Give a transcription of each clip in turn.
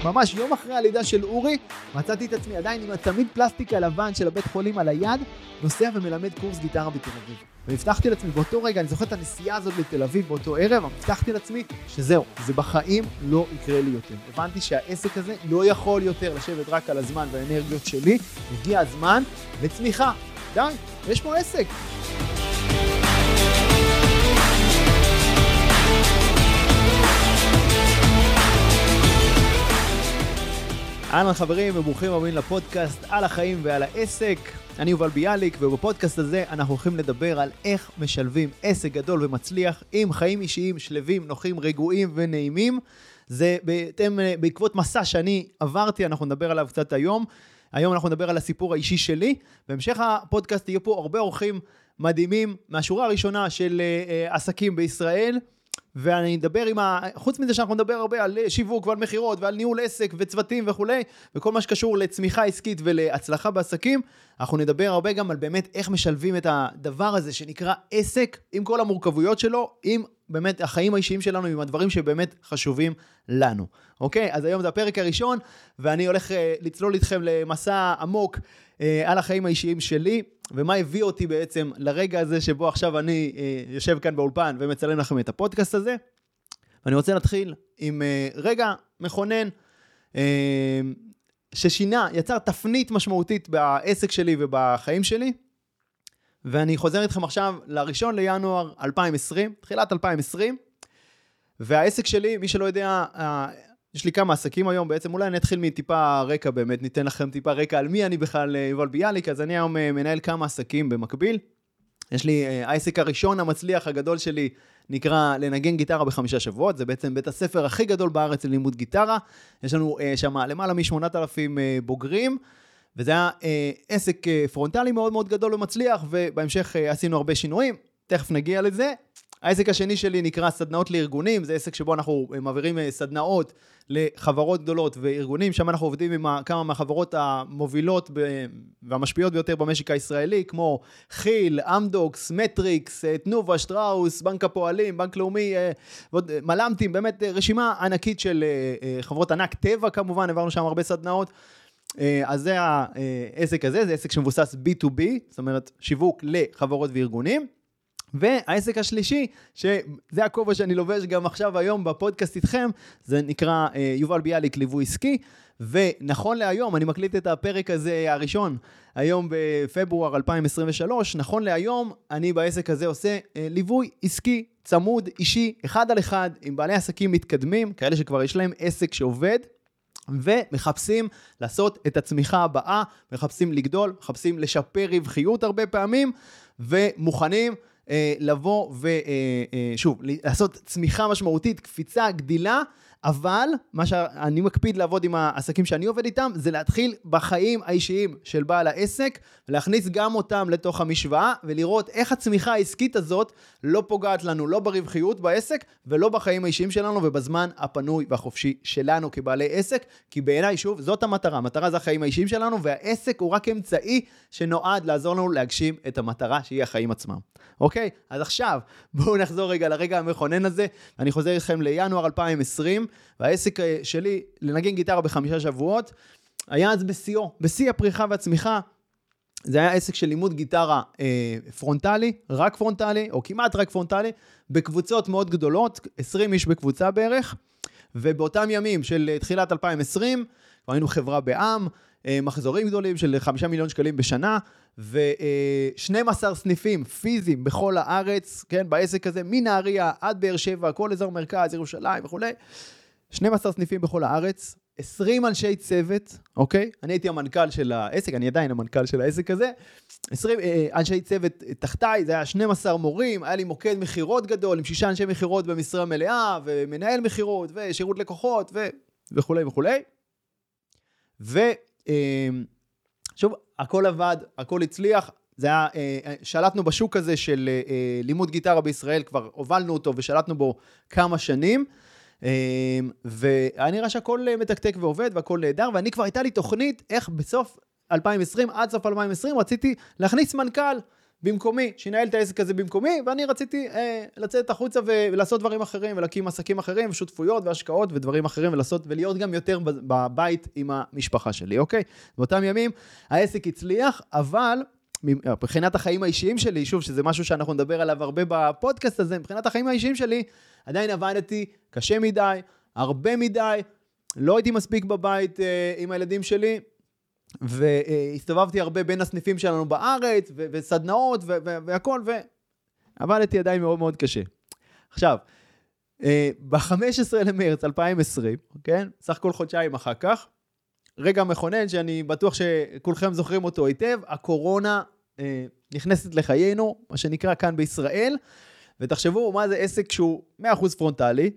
ממש יום אחרי הלידה של אורי, מצאתי את עצמי עדיין עם הצמיד פלסטיק הלבן של הבית חולים על היד, נוסע ומלמד קורס גיטרה בתל אביב. והבטחתי לעצמי באותו רגע, אני זוכר את הנסיעה הזאת לתל אביב באותו ערב, הבטחתי לעצמי שזהו, זה בחיים לא יקרה לי יותר. הבנתי שהעסק הזה לא יכול יותר לשבת רק על הזמן והאנרגיות שלי, הגיע הזמן לצמיחה. די, יש פה עסק. אהלן חברים וברוכים הבאים לפודקאסט על החיים ועל העסק. אני יובל ביאליק, ובפודקאסט הזה אנחנו הולכים לדבר על איך משלבים עסק גדול ומצליח עם חיים אישיים שלווים, נוחים, רגועים ונעימים. זה בעקבות מסע שאני עברתי, אנחנו נדבר עליו קצת היום. היום אנחנו נדבר על הסיפור האישי שלי. בהמשך הפודקאסט יהיו פה הרבה אורחים מדהימים מהשורה הראשונה של עסקים בישראל. ואני אדבר חוץ מזה שאנחנו נדבר הרבה על שיווק ועל מחירות ועל ניהול עסק וצוותים וכולי, וכל מה שקשור לצמיחה עסקית ולהצלחה בעסקים, אנחנו נדבר הרבה גם על באמת איך משלבים את הדבר הזה שנקרא עסק, עם כל המורכבויות שלו, עם באמת החיים האישיים שלנו, עם הדברים שבאמת חשובים לנו. אוקיי? אז היום זה הפרק הראשון, ואני הולך לצלול איתכם למסע עמוק על החיים האישיים שלי, ומה הביא אותי בעצם לרגע הזה שבו עכשיו אני יושב כאן באולפן ומצלם לכם את הפודקאסט הזה. ואני רוצה להתחיל עם רגע מכונן ששינה, יצר תפנית משמעותית בעסק שלי ובחיים שלי. ואני חוזר איתכם עכשיו ל1 לינואר 2020, תחילת 2020. והעסק שלי, מי שלא יודע, יש לי כמה עסקים היום, בעצם אולי נתחיל מטיפה רקע באמת, ניתן לכם טיפה רקע על מי אני בכלל יובל ביאליק, אז אני היום מנהל כמה עסקים במקביל. יש לי העסק הראשון המצליח הגדול שלי, נקרא לנגן גיטרה ב5 שבועות, זה בעצם בית הספר הכי גדול בארץ ללימוד גיטרה, יש לנו שם למעלה מ8,000 בוגרים, וזה היה עסק פרונטלי מאוד מאוד גדול ומצליח, ובהמשך עשינו הרבה שינויים, תכף נגיע לזה. העסק השני שלי נקרא סדנאות לארגונים, זה עסק שבו אנחנו מעבירים סדנאות לחברות גדולות וארגונים, שם אנחנו עובדים עם כמה מהחברות המובילות והמשפיעות ביותר במשק הישראלי, כמו חיל, אמדוקס, מטריקס, תנובה, שטראוס, בנק הפועלים, בנק לאומי, מלמתים, באמת רשימה ענקית של חברות ענק, טבע כמובן, עברנו שם הרבה סדנאות. אז זה העסק הזה, זה עסק שמבוסס B2B, זאת אומרת שיווק לחברות וארגונים. והעסק השלישי, שזה הכובע שאני לובש גם עכשיו היום בפודקאסט איתכם, זה נקרא יובל ביאליק ליווי עסקי, ונכון להיום, אני מקליט את הפרק הזה הראשון, היום בפברואר 2023, נכון להיום, אני בעסק הזה עושה ליווי עסקי, צמוד, אישי, 1 על 1, עם בעלי עסקים מתקדמים, כאלה שכבר יש להם עסק שעובד, ומחפשים לעשות את הצמיחה הבאה, מחפשים לגדול, מחפשים לשפר רווחיות הרבה פעמים, ומוכנים לבוא ושוב, לעשות צמיחה משמעותית, קפיצה, גדילה, אבל מה שאני מקפיד לעבוד עם העסקים שאני עובד איתם, זה להתחיל בחיים האישיים של בעל העסק, ולהכניס גם אותם לתוך המשוואה, ולראות איך הצמיחה העסקית הזאת לא פוגעת לנו, לא ברווחיות בעסק, ולא בחיים האישיים שלנו, ובזמן הפנוי והחופשי שלנו כבעלי עסק, כי בעיניי, שוב, זאת המטרה. המטרה זה החיים האישיים שלנו, והעסק הוא רק אמצעי שנועד לעזור לנו להגשים את המטרה, שהיא החיים עצמם. אוקיי? אז עכשיו, בואו נחזור רגע לרגע המכונן הזה, אני חוזר איתכם לינואר 2020, והעסק שלי לנגן גיטרה ב5 שבועות, היה אז בשיא הפריחה והצמיחה, זה היה עסק של לימוד גיטרה פרונטלי, רק פרונטלי, או כמעט רק פרונטלי, בקבוצות מאוד גדולות, 20 איש בקבוצה בערך, ובאותם ימים של תחילת 2020, היינו חברה בעם, מחזורים גדולים של 5 מיליון שקלים בשנה, ו12 סניפים פיזיים בכל הארץ, כן, בעסק הזה, מנהריה עד באר שבע, כל אזור מרכז, ירושלים וכו'. 12 סניפים בכל הארץ, 20 אנשי צוות, אוקיי? אני הייתי המנכ"ל של העסק, אני עדיין המנכ"ל של העסק הזה. 20 אנשי צוות תחתיי, זה היה 12 מורים, היה לי מוקד מחירות גדול, עם 6 אנשי מחירות במשרה מלאה, ומנהל מחירות, ושירות לקוחות, וכו' וכו'. שוב, הכל עבד, הכל הצליח, זה היה, שלטנו בשוק הזה של לימוד גיטרה בישראל, כבר הובלנו אותו ושלטנו בו כמה שנים, ואני נראה שהכל מתקתק ועובד והכל נהדר, ואני כבר הייתה לי תוכנית איך בסוף 2020, עד סוף 2020, רציתי להכניס מנכ"ל, במקומי, שינהל את העסק הזה במקומי, ואני רציתי לצאת החוצה ולעשות דברים אחרים, ולהקים עסקים אחרים, ושותפויות והשקעות ודברים אחרים, ולהיות גם יותר בבית עם המשפחה שלי, אוקיי? באותם ימים העסק הצליח, אבל מבחינת החיים האישיים שלי, שוב, שזה משהו שאנחנו נדבר עליו הרבה בפודקאסט הזה, מבחינת החיים האישיים שלי, עדיין עבדתי קשה מדי, הרבה מדי, לא הייתי מספיק בבית עם הילדים שלי, והסתובבתי הרבה בין הסניפים שלנו בארץ, וסדנאות והכל, ועבדתי עדיין מאוד מאוד קשה. עכשיו, ב-15 למרץ 2020, כן? סך כל חודשיים אחר כך, רגע מכונן שאני בטוח שכולכם זוכרים אותו היטב, הקורונה נכנסת לחיינו, מה שנקרא כאן בישראל, ותחשבו מה זה עסק שהוא 100% פרונטלי,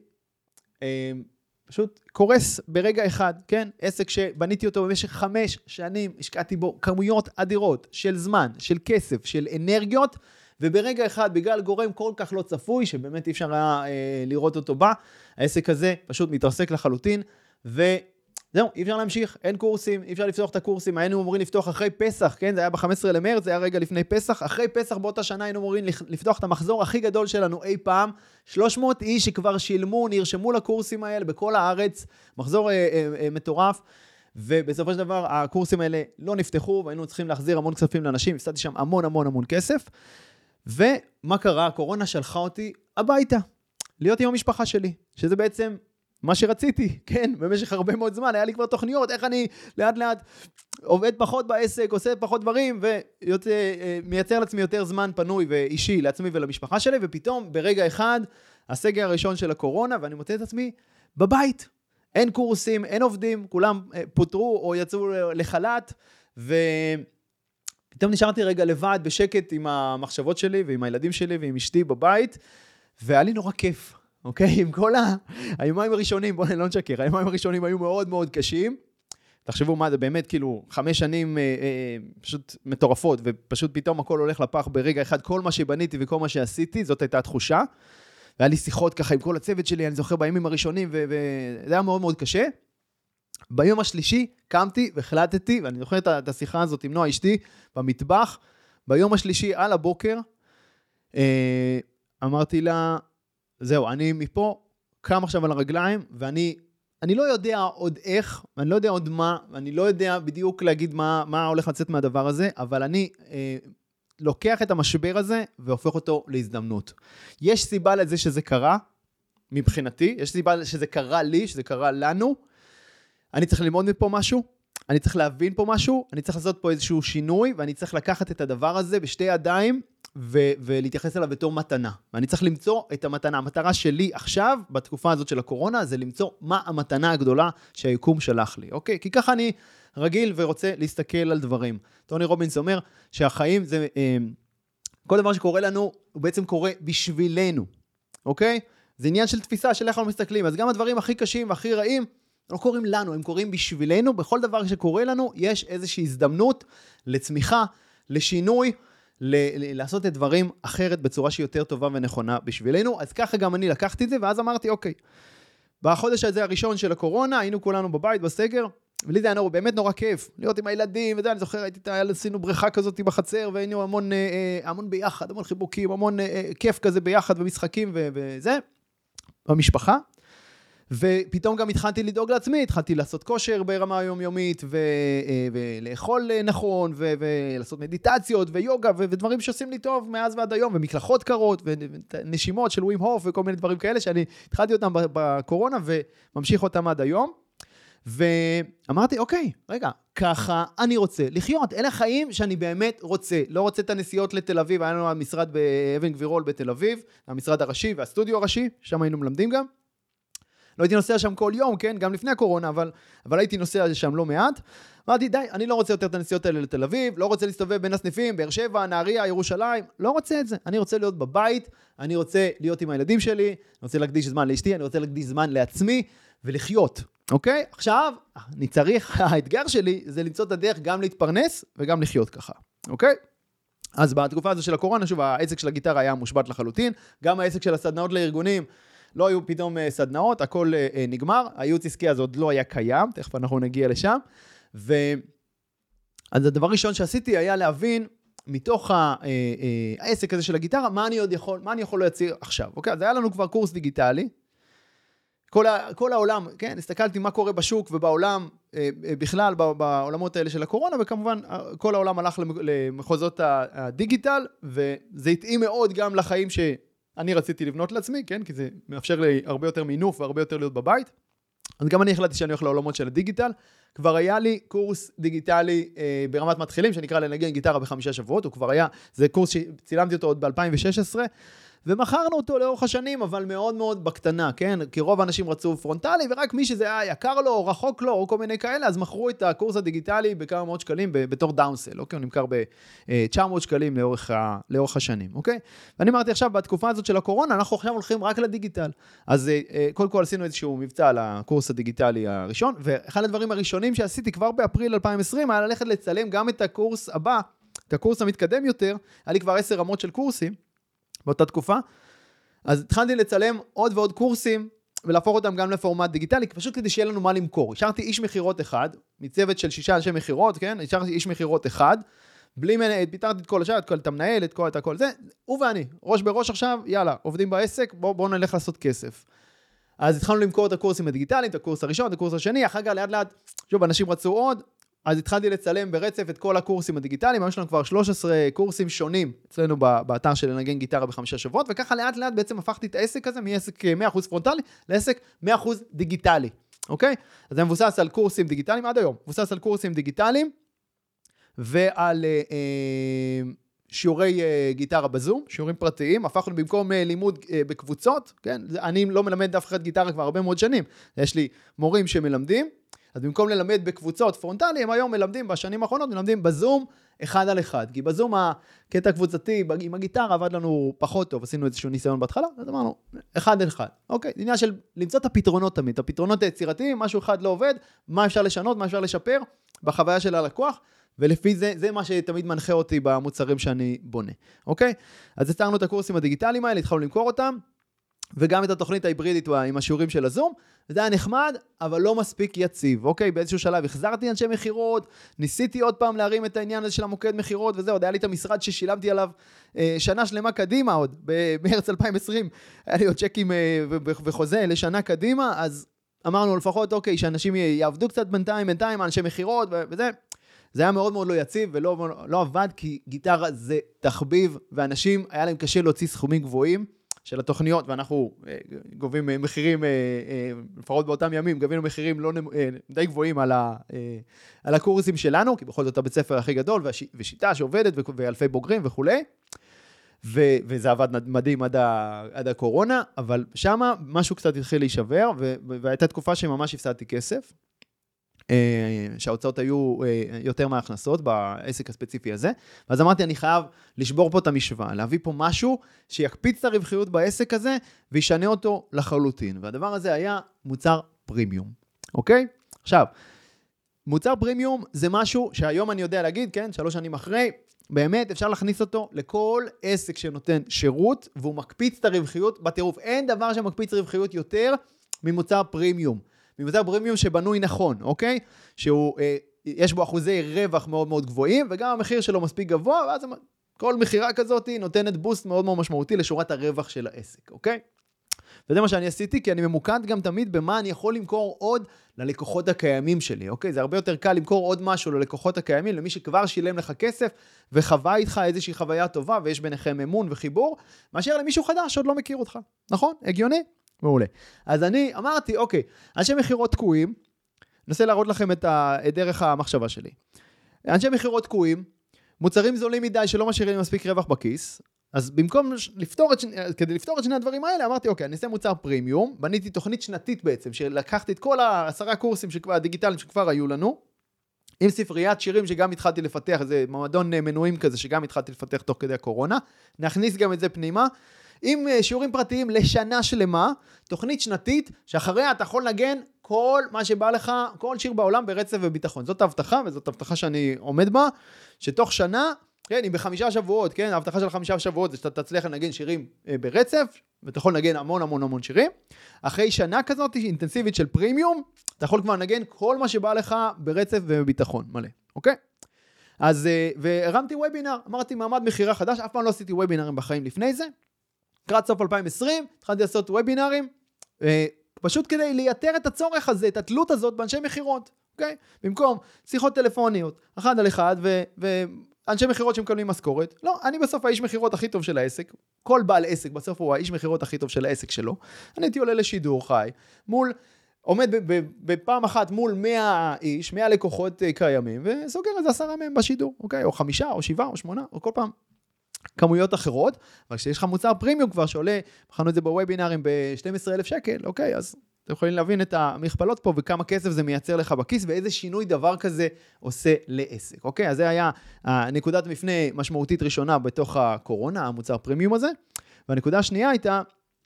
פשוט קורס ברגע אחד, כן? עסק שבניתי אותו במשך 5 שנים, השקעתי בו כמויות אדירות של זמן, של כסף, של אנרגיות, וברגע אחד, בגלל גורם כל כך לא צפוי, שבאמת אי אפשר היה לראות אותו בה, העסק הזה פשוט מתרסק לחלוטין, וזהו, אי אפשר להמשיך, אין קורסים, אי אפשר לפתוח את הקורסים, היינו אמורים לפתוח אחרי פסח, כן? זה היה ב-15 למרץ, זה היה רגע לפני פסח, אחרי פסח באותה שנה היינו אמורים לפתוח את המחזור הכי גדול שלנו אי פעם, 300 איש שכבר שילמו, נרשמו לקורסים האלה בכל הארץ, מחזור מטורף, ובסופו של דבר הקורסים האלה לא נפתחו, והיינו צריכים להחזיר המון כספים לאנשים, הפסדתי שם המון כסף, ומה קרה? הקורונה שלחה אותי הביתה, להיות עם המשפחה שלי, שזה בעצם מה שרציתי, כן, במשך הרבה מאוד זמן, היה לי כבר תוכניות, איך אני לאט לאט עובד פחות בעסק, עושה פחות דברים, ומייצר לעצמי יותר זמן פנוי ואישי לעצמי ולמשפחה שלי, ופתאום ברגע אחד, הסגר הראשון של הקורונה, ואני מוצא את עצמי בבית. אין קורסים, אין עובדים, כולם פוטרו או יצאו לחל"ת, ופתאום נשארתי רגע לבד בשקט עם המחשבות שלי, ועם הילדים שלי, ועם אשתי בבית, והיה לי נורא כיף. אוקיי? עם כל היומיים הראשונים, בואו לא נשקר, היומיים הראשונים היו מאוד מאוד קשים. תחשבו מה זה באמת, כאילו, 5 שנים פשוט מטורפות, ופשוט פתאום הכל הולך לפח ברגע אחד, כל מה שבניתי וכל מה שעשיתי, זאת הייתה התחושה. והיה לי שיחות ככה עם כל הצוות שלי, אני זוכר בימים הראשונים, וזה היה מאוד מאוד קשה. ביום השלישי קמתי והחלטתי, ואני זוכר את השיחה הזאת עם נועה אשתי, במטבח, ביום השלישי על הבוקר, אמרתי לה, זהו, אני מפה קם עכשיו על הרגליים, ואני לא יודע עוד איך, ואני לא יודע עוד מה, ואני לא יודע בדיוק להגיד מה הולך לצאת מהדבר הזה, אבל אני לוקח את המשבר הזה, והופך אותו להזדמנות. יש סיבה לזה שזה קרה, מבחינתי, יש סיבה שזה קרה לי, שזה קרה לנו, אני צריך ללמוד מפה משהו, אני צריך להבין פה משהו, אני צריך לעשות פה איזשהו שינוי, ואני צריך לקחת את הדבר הזה בשתי ידיים, ולהתייחס אליו בתור מתנה. ואני צריך למצוא את המתנה. המטרה שלי עכשיו, בתקופה הזאת של הקורונה, זה למצוא מה המתנה הגדולה שהיקום שלח לי. אוקיי? כי ככה אני רגיל ורוצה להסתכל על דברים. טוני רובינס אומר שהחיים זה, כל דבר שקורה לנו, הוא בעצם קורה בשבילנו. אוקיי? זה עניין של תפיסה של איך אנחנו מסתכלים. אז גם הדברים הכי קשים והכי רעים, לא קוראים לנו, הם קוראים בשבילנו. בכל דבר שקורה לנו, יש איזושהי הזדמנות לצמיחה, לשינוי, לעשות את דברים אחרת בצורה שהיא יותר טובה ונכונה בשבילנו. אז ככה גם אני לקחתי את זה, ואז אמרתי, אוקיי, בחודש הזה הראשון של הקורונה, היינו כולנו בבית, בסגר, ולי זה היה באמת נורא כיף, להיות עם הילדים, וזה, אני זוכר, עשינו בריכה כזאת בחצר, והיינו המון ביחד, המון חיבוקים, המון כיף כזה ביחד, ומשחקים וזה, במשפחה. ופתאום גם התחלתי לדאוג לעצמי, התחלתי לעשות כושר ברמה היומיומית, ולאכול נכון, ולעשות מדיטציות, ויוגה, ודברים שעושים לי טוב מאז ועד היום, ומקלחות קרות, ונשימות של ווים הוף, וכל מיני דברים כאלה, שאני התחלתי אותם בקורונה, וממשיך אותם עד היום. ואמרתי, אוקיי, רגע, ככה אני רוצה לחיות. אלה חיים שאני באמת רוצה. לא רוצה את הנסיעות לתל אביב, היה לנו המשרד באבן גבירול בתל אביב, המשרד הראשי והסטודיו הראשי, שם היינו מלמדים גם. לא הייתי נוסע שם כל יום, כן? גם לפני הקורונה, אבל הייתי נוסע שם לא מעט. אמרתי, די, אני לא רוצה יותר את הנסיעות האלה לתל אביב, לא רוצה להסתובב בין הסניפים, באר שבע, נהריה, ירושלים, לא רוצה את זה. אני רוצה להיות בבית, אני רוצה להיות עם הילדים שלי, אני רוצה להקדיש זמן לאשתי, אני רוצה להקדיש זמן לעצמי, ולחיות, אוקיי? עכשיו, האתגר שלי זה למצוא את הדרך גם להתפרנס, וגם לחיות ככה, אוקיי? אז בתקופה הזו של הקורונה, שוב, העסק של הגיטרה היה מושבת לחלוטין, גם העסק של הסדנאות לארגונים, לא היו פתאום סדנאות, הכל נגמר, הייעוץ עסקי הזה עוד לא היה קיים, תכף אנחנו נגיע לשם, אז הדבר ראשון שעשיתי היה להבין מתוך העסק הזה של הגיטרה, מה אני יכול להציע עכשיו, אוקיי? אז היה לנו כבר קורס דיגיטלי, כל העולם, כן, הסתכלתי מה קורה בשוק ובעולם, בכלל בעולמות האלה של הקורונה, וכמובן כל העולם הלך למחוזות הדיגיטל, וזה התאים מאוד גם לחיים שאני רציתי לבנות לעצמי, כן, כי זה מאפשר לי הרבה יותר מינוף והרבה יותר להיות בבית, אז גם אני החלטתי שאני הולך לעולמות של הדיגיטל, כבר היה לי קורס דיגיטלי ברמת מתחילים, שנקרא לנגן גיטרה ב5 שבועות, הוא כבר היה, זה קורס שצילמתי אותו עוד ב-2016, ומכרנו אותו לאורך השנים, אבל מאוד מאוד בקטנה, כן? כי רוב האנשים רצו פרונטלי, ורק מי שזה היה יקר לו, או רחוק לו, או כל מיני כאלה, אז מכרו את הקורס הדיגיטלי בכמה מאות שקלים, בתור דאונסל, אוקיי? הוא נמכר ב-900 שקלים לאורך השנים, אוקיי? ואני אמרתי עכשיו, בתקופה הזאת של הקורונה, אנחנו עכשיו הולכים רק לדיגיטל. אז קודם כל עשינו איזשהו מבצע על הקורס הדיגיטלי הראשון, ואחד הדברים הראשונים שעשיתי כבר באפריל 2020, היה ללכת לצלם גם את הקורס הבא, את הקורס המתקדם יותר, היה לי כבר 10 רמות של קורסים, באותה תקופה, אז התחלתי לצלם עוד ועוד קורסים, ולהפוך אותם גם לפורמט דיגיטלי, פשוט כדי שיהיה לנו מה למכור. השארתי איש מחירות אחד, מצוות של 6 אנשי מחירות, כן? השארתי איש מחירות אחד, פיתרתי את כל השאר, את המנהל, את הכל זה, הוא ואני, ראש בראש עכשיו, יאללה, עובדים בעסק, בואו נלך לעשות כסף. אז התחלנו למכור את הקורסים הדיגיטליים, את הקורס הראשון, את הקורס השני, אחר כך לאט לאט, שוב, אנשים רצו עוד, אז התחלתי לצלם ברצף את כל הקורסים הדיגיטליים, יש לנו כבר 13 קורסים שונים אצלנו באתר של לנגן גיטרה ב5 שבועות, וככה לאט לאט בעצם הפכתי את העסק הזה מעסק 100% פרונטלי לעסק 100% דיגיטלי, אוקיי? אז זה מבוסס על קורסים דיגיטליים עד היום, מבוסס על קורסים דיגיטליים ועל שיעורי גיטרה בזום, שיעורים פרטיים, הפכנו במקום לימוד בקבוצות, כן? אני לא מלמד אף אחד גיטרה כבר הרבה מאוד שנים, יש לי מורים שמלמדים, אז במקום ללמד בקבוצות פרונטלי, הם היום מלמדים בשנים האחרונות, מלמדים בזום 1 על 1, כי בזום הקטע הקבוצתי עם הגיטרה עבד לנו פחות טוב, עשינו איזשהו ניסיון בהתחלה, אז אמרנו 1 על 1, אוקיי, זה עניין של למצוא את הפתרונות תמיד, הפתרונות היצירתיים, משהו אחד לא עובד, מה אפשר לשנות, מה אפשר לשפר, בחוויה של הלקוח, ולפי זה, זה מה שתמיד מנחה אותי במוצרים שאני בונה, אוקיי? אז יצרנו את הקורסים הדיגיטליים האלה, התחלנו למכור אותם, וגם את התוכנית ההיברידית עם השיעורים של הזום, זה היה נחמד, אבל לא מספיק יציב, אוקיי? באיזשהו שלב החזרתי אנשי מחירות, ניסיתי עוד פעם להרים את העניין הזה של המוקד מחירות, וזה עוד היה לי את המשרד ששילמתי עליו שנה שלמה קדימה עוד, במרץ 2020, היה לי עוד צ'קים וחוזה לשנה קדימה, אז אמרנו לפחות, אוקיי, שאנשים יעבדו קצת בינתיים, אנשי מחירות, וזה, זה היה מאוד מאוד לא יציב, ולא עבד, כי גיטרה זה תחביב, ואנשים, היה להם קשה להוציא סכומים גבוהים, של התוכניות, ואנחנו גובים מחירים, לפחות באותם ימים, גבינו מחירים די גבוהים על הקורסים שלנו, כי בכל זאת הבית ספר הכי גדול, ושיטה שעובדת, ואלפי בוגרים וכו'. וזה עבד מדהים עד הקורונה, אבל שמה משהו קצת התחיל להישבר, והייתה תקופה שממש הפסדתי כסף, שההוצאות היו יותר מההכנסות בעסק הספציפי הזה, ואז אמרתי, אני חייב לשבור פה את המשוואה, להביא פה משהו שיקפיץ את הרווחיות בעסק הזה, וישנה אותו לחלוטין, והדבר הזה היה מוצר פרימיום, אוקיי? עכשיו, מוצר פרימיום זה משהו שהיום אני יודע להגיד, כן, 3 שנים אחרי, באמת אפשר להכניס אותו לכל עסק שנותן שירות, והוא מקפיץ את הרווחיות בטירוף, אין דבר שמקפיץ רווחיות יותר ממוצר פרימיום, ממוצר פרימיום שבנוי נכון, אוקיי? שהוא, יש בו אחוזי רווח מאוד מאוד גבוהים, וגם המחיר שלו מספיק גבוה, ואז כל מחירה כזאת נותנת בוסט מאוד מאוד משמעותי לשורת הרווח של העסק, אוקיי? וזה מה שאני עשיתי, כי אני ממוקד גם תמיד במה אני יכול למכור עוד ללקוחות הקיימים שלי, אוקיי? זה הרבה יותר קל למכור עוד משהו ללקוחות הקיימים, למי שכבר שילם לך כסף, וחווה איתך איזושהי חוויה טובה, ויש ביניכם אמון וחיבור, מאשר למישהו חדש שעוד לא מכיר אותך, נכון? הגיוני? מעולה. אז אני אמרתי, אוקיי, אנשי מחירות תקועים, ננסה להראות לכם את דרך המחשבה שלי. אנשי מחירות תקועים, מוצרים זולים מדי שלא משאירים מספיק רווח בכיס, אז במקום כדי לפתור את שני הדברים האלה, אמרתי, אוקיי, אני אעשה מוצר פרימיום, בניתי תוכנית שנתית בעצם, שלקחתי את כל 10 קורסים הדיגיטליים שכבר היו לנו, עם ספריית שירים שגם התחלתי לפתח, זה מועדון מנויים כזה שגם התחלתי לפתח תוך כדי הקורונה, נכניס גם את זה פנימה, עם שיעורים פרטיים לשנה שלמה, תוכנית שנתית, שאחריה אתה יכול לנגן כל מה שבא לך, כל שיר בעולם ברצף וביטחון. זאת ההבטחה, וזאת ההבטחה שאני עומד בה, שתוך שנה, כן, אם ב5 שבועות, כן, ההבטחה של 5 שבועות זה שאתה תצליח לנגן שירים ברצף, ואתה יכול לנגן המון המון המון שירים. אחרי שנה כזאת אינטנסיבית של פרימיום, אתה יכול כבר לנגן כל מה שבא לך ברצף ובביטחון מלא, אוקיי? אז, והרמתי וובינר, אמרתי מעמד מחירה חדש, אף פעם לא עשיתי וובינרים בחיים לפני זה, לקראת סוף 2020, התחלתי לעשות וובינרים, פשוט כדי לייתר את הצורך הזה, את התלות הזאת באנשי מחירות, אוקיי? במקום שיחות טלפוניות, אחד על אחד, ואנשי מחירות שמקבלים משכורת, לא, אני בסוף האיש מחירות הכי טוב של העסק, כל בעל עסק בסוף הוא האיש מחירות הכי טוב של העסק שלו, אני הייתי עולה לשידור חי, עומד בפעם אחת מול 100 איש, 100 לקוחות קיימים, וסוגר איזה 10 מהם בשידור, אוקיי? או 5, או 7, או 8, או כל פעם כמויות אחרות, אבל כשיש לך מוצר פרימיום כבר שעולה, בחרנו את זה בוובינרים ב-12,000 שקל, אוקיי? אז אתם יכולים להבין את המכפלות פה, וכמה כסף זה מייצר לך בכיס, ואיזה שינוי דבר כזה עושה לעסק, אוקיי? אז זה היה נקודת מפנה משמעותית ראשונה בתוך הקורונה, המוצר פרימיום הזה, והנקודה השנייה הייתה,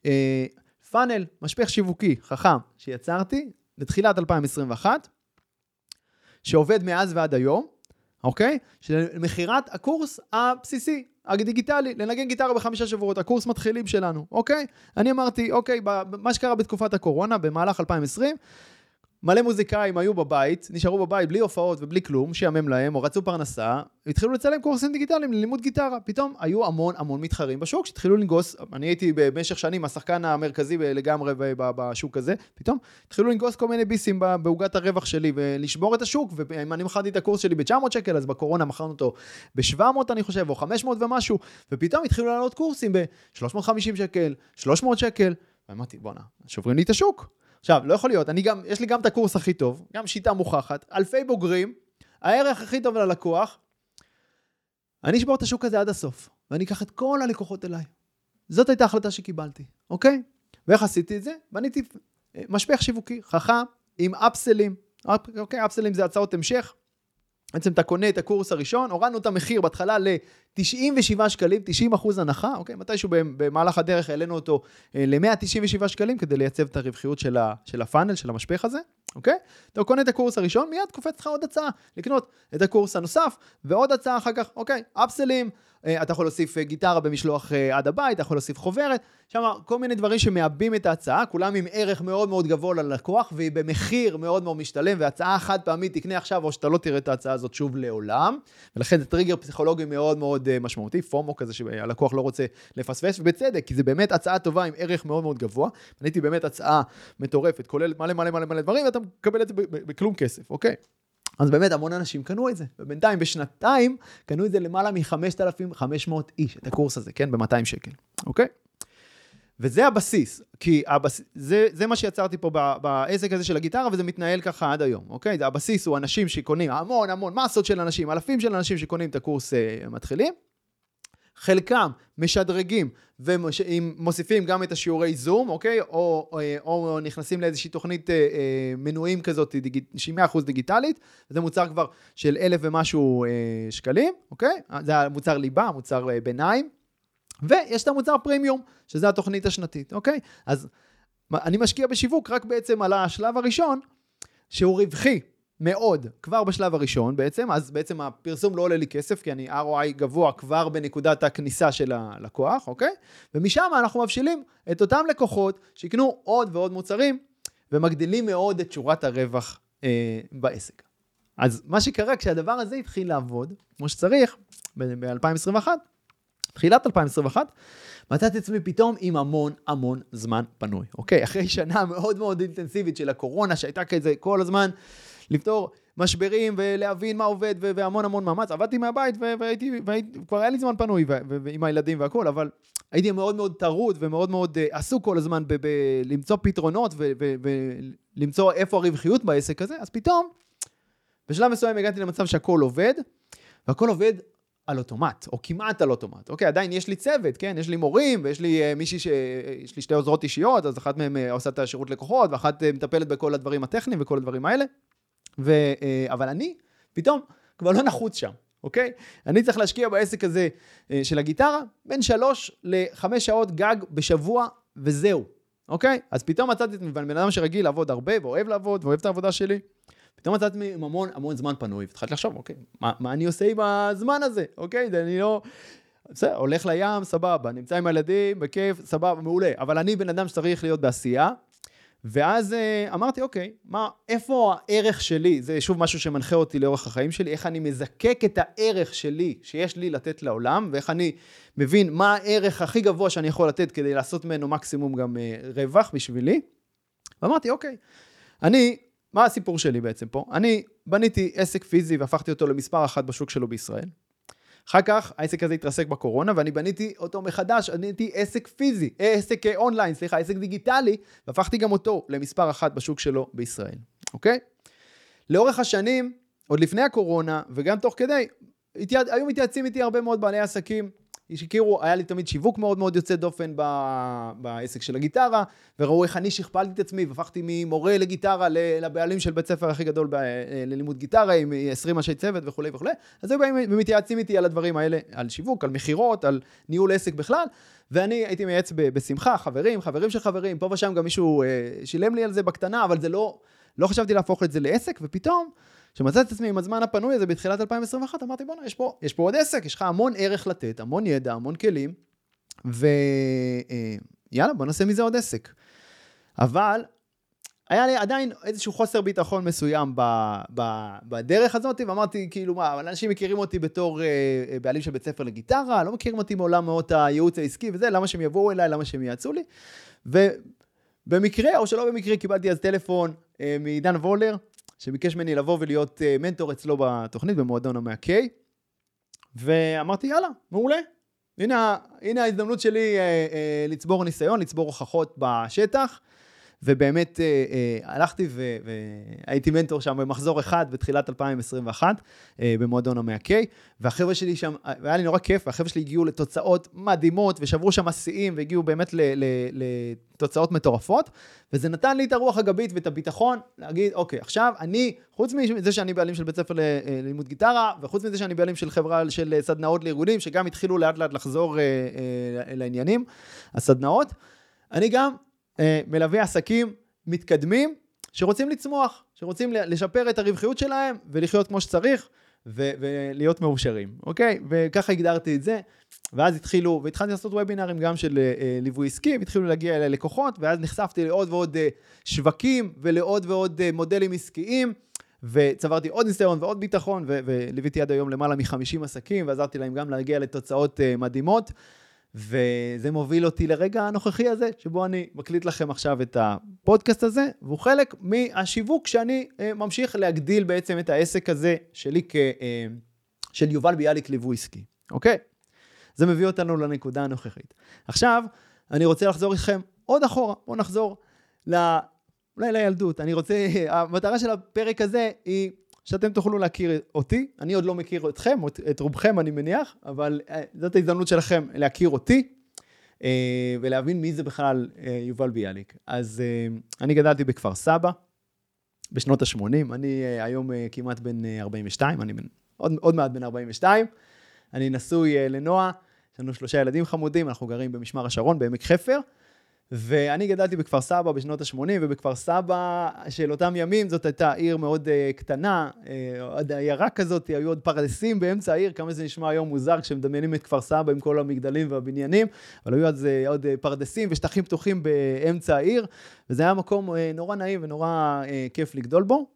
פאנל, משפך שיווקי, חכם, שיצרתי לתחילת 2021, שעובד מאז ועד היום, אוקיי? של מחירת הקורס הבסיסי, הדיגיטלי, לנגן גיטרה ב5 שבועות, הקורס מתחילים שלנו, אוקיי? אני אמרתי, אוקיי, מה שקרה בתקופת הקורונה, במהלך 2020, מלא מוזיקאים היו בבית, נשארו בבית בלי הופעות ובלי כלום, שיאמם להם, או רצו פרנסה, התחילו לצלם קורסים דיגיטליים ללימוד גיטרה. פתאום היו המון מתחרים בשוק, שהתחילו לנגוס, אני הייתי במשך שנים השחקן המרכזי לגמרי בשוק הזה, פתאום התחילו לנגוס כל מיני ביסים בעוגת הרווח שלי, ולשבור את השוק, ואם אני מכרתי את הקורס שלי ב-900 שקל, אז בקורונה מכרנו אותו ב-700 אני חושב, או 500 ומשהו, ופתאום התחילו לעלות קורסים ב-350 שקל, 300 שקל, ואמרתי, בוא'נה, שוברים לי את השוק. עכשיו, לא יכול להיות, יש לי גם את הקורס הכי טוב, גם שיטה מוכחת, אלפי בוגרים, הערך הכי טוב ללקוח, אני אשבור את השוק הזה עד הסוף, ואני אקח את כל הלקוחות אליי. זאת הייתה החלטה שקיבלתי, אוקיי? ואיך עשיתי את זה? בניתי משפך שיווקי, חכם, עם אפסלים, אוקיי, אפסלים זה הצעות המשך, בעצם אתה קונה את הקורס הראשון, הורדנו את המחיר בהתחלה ל-97 שקלים, 90% הנחה, אוקיי? מתישהו במהלך הדרך העלינו אותו ל-197 שקלים, כדי לייצב את הרווחיות של הפאנל, של המשפך הזה, אוקיי? אתה קונה את הקורס הראשון, מיד קופץ לך עוד הצעה, לקנות את הקורס הנוסף, ועוד הצעה אחר כך, אוקיי, אפסלים, אתה יכול להוסיף גיטרה במשלוח עד הבית, אתה יכול להוסיף חוברת, שם כל מיני דברים שמאבים את ההצעה, כולם עם ערך מאוד מאוד גבוה ללקוח, והיא במחיר מאוד מאוד משתלם, והצעה חד פעמית תקנה עכשיו, או שאתה לא תראה את ההצעה הזאת שוב לעולם, ולכן זה טריגר פסיכולוגי מאוד מאוד משמעותי, פומו כזה שהלקוח לא רוצה לפספס, ובצדק, כי זה באמת הצעה טובה עם ערך מאוד מאוד גבוה, בניתי באמת הצעה מטורפת, כוללת מלא דברים, ואתה מקבל את זה בכלום כסף, אוקיי? אז באמת המון אנשים קנו את זה, ובינתיים בשנתיים קנו את זה למעלה מ-5,500 איש, את הקורס הזה, כן? ב-200 שקל, אוקיי? וזה הבסיס, כי זה מה שיצרתי פה בעסק הזה של הגיטרה, וזה מתנהל ככה עד היום, אוקיי? הבסיס הוא אנשים שקונים, המון מסות של אנשים, אלפים של אנשים שקונים את הקורס מתחילים, חלקם משדרגים ומוסיפים גם את השיעורי זום, אוקיי? או נכנסים לאיזושהי תוכנית מנויים כזאת, שהיא 100% דיגיטלית, זה מוצר כבר של 1,000 ומשהו שקלים, אוקיי? זה המוצר ליבה, מוצר ביניים, ויש את המוצר פרימיום, שזה התוכנית השנתית, אוקיי? אז אני משקיע בשיווק רק בעצם על השלב הראשון, שהוא רווחי מאוד, כבר בשלב הראשון בעצם, אז בעצם הפרסום לא עולה לי כסף, כי אני ROI גבוה כבר בנקודת הכניסה של הלקוח, אוקיי? ומשם אנחנו מבשילים את אותם לקוחות שיקנו עוד ועוד מוצרים, ומגדילים מאוד את שורת הרווח בעסק. אז מה שקרה כשהדבר הזה התחיל לעבוד, כמו שצריך, ב-2021, תחילת 2021, מצאתי עצמי פתאום עם המון זמן פנוי, אוקיי? אחרי שנה מאוד מאוד אינטנסיבית של הקורונה, שהייתה כזה כל הזמן לפתור משברים ולהבין מה עובד והמון מאמץ, עבדתי מהבית וכבר היה לי זמן פנוי עם הילדים והכל, אבל הייתי מאוד מאוד טרוד ומאוד מאוד עסוק כל הזמן למצוא פתרונות ולמצוא איפה הרווחיות בעסק הזה, אז פתאום בשלב מסוים הגעתי למצב שהכל עובד, והכל עובד על אוטומט, או כמעט על אוטומט. אוקיי, עדיין יש לי צוות, כן? יש לי מורים, ויש לי מישהי יש לי 2 עוזרות אישיות, אז אחת מהם עושה את השירות לקוחות, ואחת מטפלת בכל הדברים הטכניים וכל הדברים האלה. אבל אני פתאום כבר לא נחוץ שם, אוקיי? אני צריך להשקיע בעסק הזה של הגיטרה, בין 3 ל-5 שעות גג בשבוע, וזהו. אוקיי? אז פתאום מצאתי את בן אדם שרגיל לעבוד הרבה, ואוהב לעבוד, ואוהב את העבודה שלי. פתאום מצאתי עם המון זמן פנוי, והתחלתי לחשוב, אוקיי, מה אני עושה עם הזמן הזה, אוקיי, אני לא, בסדר, הולך לים, סבבה, נמצא עם הילדים, בכיף, סבבה, מעולה, אבל אני בן אדם שצריך להיות בעשייה, ואז אמרתי, אוקיי, איפה הערך שלי? זה שוב משהו שמנחה אותי לאורך החיים שלי, איך אני מזקק את הערך שלי, שיש לי לתת לעולם, ואיך אני מבין מה הערך הכי גבוה שאני יכול לתת, כדי לעשות ממנו מקסימום גם רווח בשבילי. ואמרתי, אוקיי, מה הסיפור שלי בעצם פה? אני בניתי עסק פיזי, והפכתי אותו למספר אחת בשוק שלו בישראל. אחר כך, העסק הזה התרסק בקורונה, ואני בניתי אותו מחדש, בניתי עסק פיזי, עסק אונליין, עסק דיגיטלי, והפכתי גם אותו למספר אחת בשוק שלו בישראל, אוקיי? לאורך השנים, עוד לפני הקורונה, וגם תוך כדי, היו מתייעצים איתי הרבה מאוד בעלי עסקים, שהכירו, היה לי תמיד שיווק מאוד מאוד יוצא דופן בעסק של הגיטרה, וראו איך אני שכפלתי את עצמי, והפכתי ממורה לגיטרה לבעלים של בית ספר הכי גדול ללימוד גיטרה, עם 20 אנשי צוות וכו' וכו'. אז היו באים ומתייעצים איתי על הדברים האלה, על שיווק, על מחירות, על ניהול עסק בכלל, ואני הייתי מייעץ בשמחה, חברים של חברים, פה ושם גם מישהו שילם לי על זה בקטנה, אבל זה לא חשבתי להפוך את זה לעסק, ופתאום שמצאתי את עצמי עם הזמן הפנוי הזה בתחילת 2021, אמרתי, בוא'נה, יש פה עוד עסק, יש לך המון ערך לתת, המון ידע, המון כלים, ויאללה, בוא נעשה מזה עוד עסק. אבל היה לי עדיין איזשהו חוסר ביטחון מסוים בדרך הזאת, ואמרתי, כאילו, מה, אנשים מכירים אותי בתור בעלים של בית ספר לגיטרה, לא מכירים אותי מעולם מאוד הייעוץ העסקי וזה, למה שהם יבואו אליי, למה שהם יעצו לי, ובמקרה, או שלא במקרה, קיבלתי אז טלפון מעידן וולר, שביקש ממני לבוא ולהיות מנטור אצלו בתוכנית, במועדון ה-100K, ואמרתי, יאללה, מעולה. הנה ההזדמנות שלי לצבור ניסיון, לצבור הוכחות בשטח, ובאמת הלכתי והייתי מנטור שם במחזור אחד בתחילת 2021, במועדון ה-100K, והחבר'ה שלי שם, והיה לי נורא כיף, והחבר'ה שלי הגיעו לתוצאות מדהימות, ושברו שם השיאים, והגיעו באמת לתוצאות מטורפות, וזה נתן לי את הרוח הגבית ואת הביטחון, להגיד, אוקיי, עכשיו אני, חוץ מזה שאני בעלים של בית ספר ללימוד גיטרה, וחוץ מזה שאני בעלים של חברה של סדנאות לארגונים, שגם התחילו לאט לאט לחזור לעניינים, הסדנאות, אני גם מלווה עסקים מתקדמים שרוצים לצמוח, שרוצים לשפר את הרווחיות שלהם ולחיות כמו שצריך ולהיות מאושרים, אוקיי? וככה הגדרתי את זה, ואז והתחלתי לעשות וובינרים גם של ליווי עסקי, והתחילו להגיע אליי לקוחות, ואז נחשפתי לעוד ועוד שווקים ולעוד ועוד מודלים עסקיים, וצברתי עוד ניסיון ועוד ביטחון, וליוויתי עד היום למעלה מ-50 עסקים, ועזרתי להם גם להגיע לתוצאות מדהימות, וזה מוביל אותי לרגע הנוכחי הזה, שבו אני מקליט לכם עכשיו את הפודקאסט הזה, והוא חלק מהשיווק שאני ממשיך להגדיל בעצם את העסק הזה שלי של יובל ביאליק ליווי עסקי, אוקיי? זה מביא אותנו לנקודה הנוכחית. עכשיו, אני רוצה לחזור איתכם עוד אחורה, בואו נחזור אולי לילדות. המטרה של הפרק הזה היא שאתם תוכלו להכיר אותי, אני עוד לא מכיר אתכם, את רובכם אני מניח, אבל זאת ההזדמנות שלכם להכיר אותי, ולהבין מי זה בכלל יובל ביאליק. אז אני גדלתי בכפר סבא, בשנות ה-80, אני היום כמעט בן 42, אני עוד מעט בן 42, אני נשוי לנועה, יש לנו 3 ילדים חמודים, אנחנו גרים במשמר השרון, בעמק חפר, ואני גדלתי בכפר סבא בשנות ה-80, ובכפר סבא של אותם ימים, זאת הייתה עיר מאוד קטנה, עוד עיירה כזאת, היו עוד פרדסים באמצע העיר, כמה זה נשמע היום מוזר, כשמדמיינים את כפר סבא עם כל המגדלים והבניינים, אבל היו עוד פרדסים ושטחים פתוחים באמצע העיר, וזה היה מקום נורא נעים ונורא כיף לגדול בו,